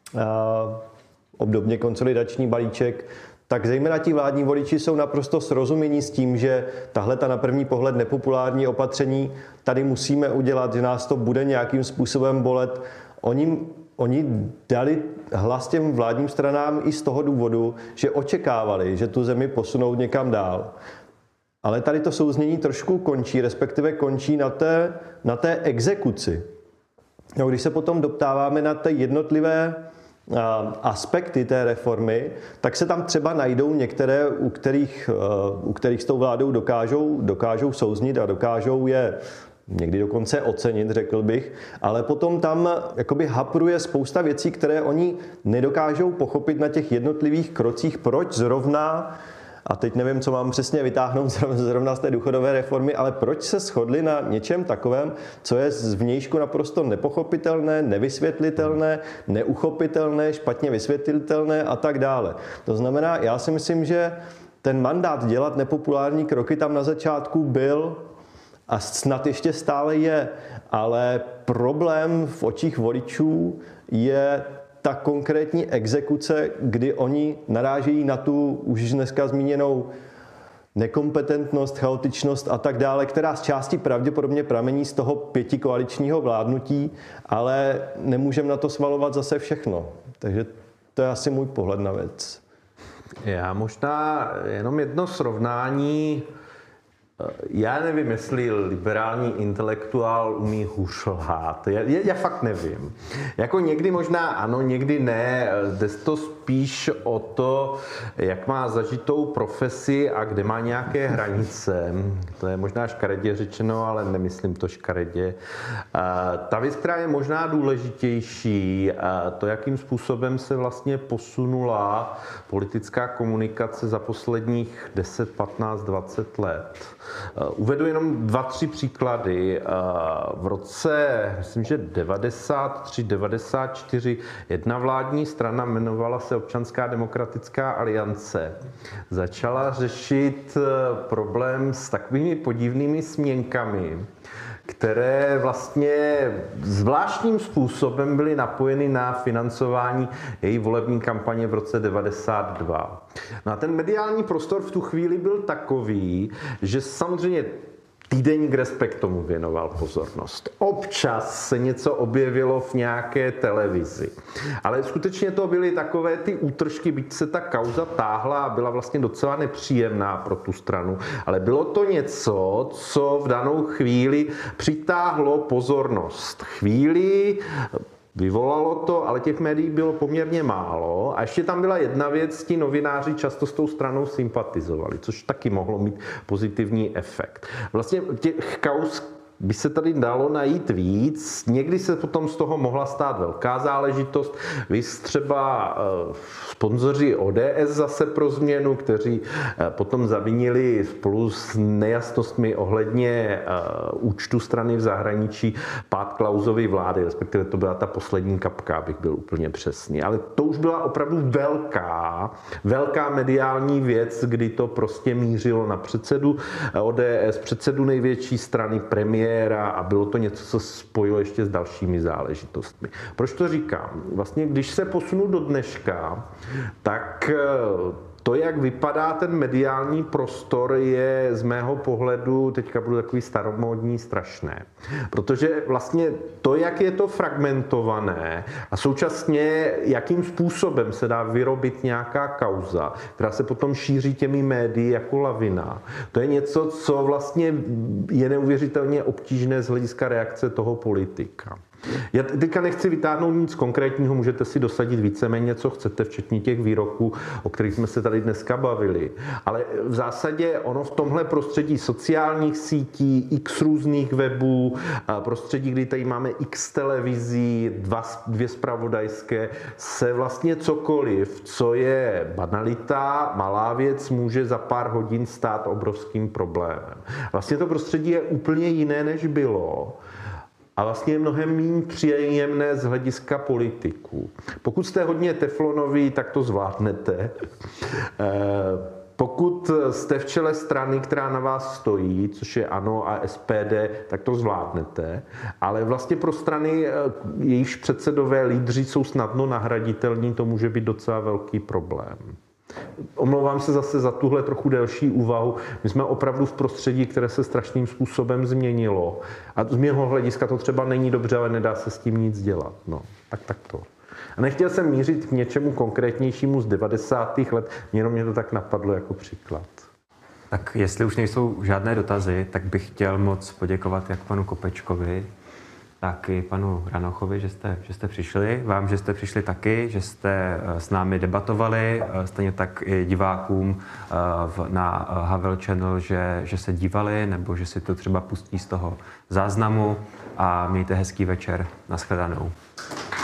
obdobně konsolidační balíček, tak zejména ti vládní voliči jsou naprosto srozumění s tím, že tahle ta na první pohled nepopulární opatření tady musíme udělat, že nás to bude nějakým způsobem bolet. Oni, oni dali hlas těm vládním stranám i z toho důvodu, že očekávali, že tu zemi posunou někam dál. Ale tady to souznění trošku končí, respektive končí na té, na té exekuci. No, když se potom doptáváme na ty jednotlivé aspekty té reformy, tak se tam třeba najdou některé, u kterých, u kterých s tou vládou dokážou, dokážou souznit a dokážou je někdy dokonce ocenit, řekl bych, ale potom tam jakoby hapruje spousta věcí, které oni nedokážou pochopit na těch jednotlivých krocích, proč zrovna, a teď nevím, co mám přesně vytáhnout zrovna z té důchodové reformy, ale proč se shodli na něčem takovém, co je zvnějšku naprosto nepochopitelné, nevysvětlitelné, neuchopitelné, špatně vysvětlitelné a tak dále. To znamená, já si myslím, že ten mandát dělat nepopulární kroky tam na začátku byl a snad ještě stále je, ale problém v očích voličů je ta konkrétní exekuce, kdy oni narážejí na tu už dneska zmíněnou nekompetentnost, chaotičnost a tak dále, která z části pravděpodobně pramení z toho pětikoaličního vládnutí, ale nemůžeme na to svalovat zase všechno. Takže to je asi můj pohled na věc. Já možná jenom jedno srovnání. Já nevím, jestli liberální intelektuál umí hůř lhát. Já, já fakt nevím. Jako někdy možná ano, někdy ne. Jde to spíš o to, jak má zažitou profesi a kde má nějaké hranice. To je možná škaredě řečeno, ale nemyslím to škaredě. Ta věc, která je možná důležitější, to, jakým způsobem se vlastně posunula politická komunikace za posledních deset, patnáct, dvacet let. Uvedu jenom dva, tři příklady. V roce, myslím, že devadesát tři devadesát čtyři jedna vládní strana, jmenovala se Občanská demokratická aliance, začala řešit problém s takovými podivnými směnkami, které vlastně zvláštním způsobem byly napojeny na financování její volební kampaně v roce devadesát dva. No a ten mediální prostor v tu chvíli byl takový, že samozřejmě týdeník Respekt tomu věnoval pozornost. Občas se něco objevilo v nějaké televizi. Ale skutečně to byly takové ty útržky, byť se ta kauza táhla a byla vlastně docela nepříjemná pro tu stranu. Ale bylo to něco, co v danou chvíli přitáhlo pozornost. Chvíli vyvolalo to, ale těch médií bylo poměrně málo. A ještě tam byla jedna věc, ti novináři často s tou stranou sympatizovali, což taky mohlo mít pozitivní efekt. Vlastně těch kauz by se tady dalo najít víc. Někdy se potom z toho mohla stát velká záležitost. Vy třeba uh, sponzoři O D S zase pro změnu, kteří uh, potom zavinili spolu s nejasnostmi ohledně uh, účtu strany v zahraničí pád Klausovy vlády, respektive to byla ta poslední kapka, abych byl úplně přesný. Ale to už byla opravdu velká, velká mediální věc, kdy to prostě mířilo na předsedu O D S, předsedu největší strany, premiéra, a bylo to něco, co spojilo ještě s dalšími záležitostmi. Proč to říkám? Vlastně, když se posunu do dneška, tak to, jak vypadá ten mediální prostor, je z mého pohledu, teďka budu takový staromódní, strašné. Protože vlastně to, jak je to fragmentované a současně, jakým způsobem se dá vyrobit nějaká kauza, která se potom šíří těmi médii jako lavina, to je něco, co vlastně je neuvěřitelně obtížné z hlediska reakce toho politika. Já teďka nechci vytáhnout nic konkrétního, můžete si dosadit víceméně, co chcete, včetně těch výroků, o kterých jsme se tady dneska bavili. Ale v zásadě ono v tomhle prostředí sociálních sítí, x různých webů, prostředí, kdy tady máme x televizí, dva, dvě zpravodajské, se vlastně cokoliv, co je banalita, malá věc, může za pár hodin stát obrovským problémem. Vlastně to prostředí je úplně jiné, než bylo. A vlastně je mnohem méně příjemné z hlediska politiků. Pokud jste hodně teflonoví, tak to zvládnete. Pokud jste v čele strany, která na vás stojí, což je ANO a S P D, tak to zvládnete. Ale vlastně pro strany, jejichž předsedové lídři jsou snadno nahraditelní, to může být docela velký problém. Omlouvám se zase za tuhle trochu delší úvahu. My jsme opravdu v prostředí, které se strašným způsobem změnilo. A z mého hlediska to třeba není dobře, ale nedá se s tím nic dělat. No, tak tak to. A nechtěl jsem mířit k něčemu konkrétnějšímu z devadesátých let, jenom mě to tak napadlo jako příklad. Tak jestli už nejsou žádné dotazy, tak bych chtěl moc poděkovat jak panu Kopečkovi, tak i panu Ranochovi, že jste, že jste přišli. Vám, že jste přišli taky, že jste s námi debatovali, stejně tak i divákům na Havel Channel, že, že se dívali, nebo že si to třeba pustí z toho záznamu a mějte hezký večer. Nashledanou.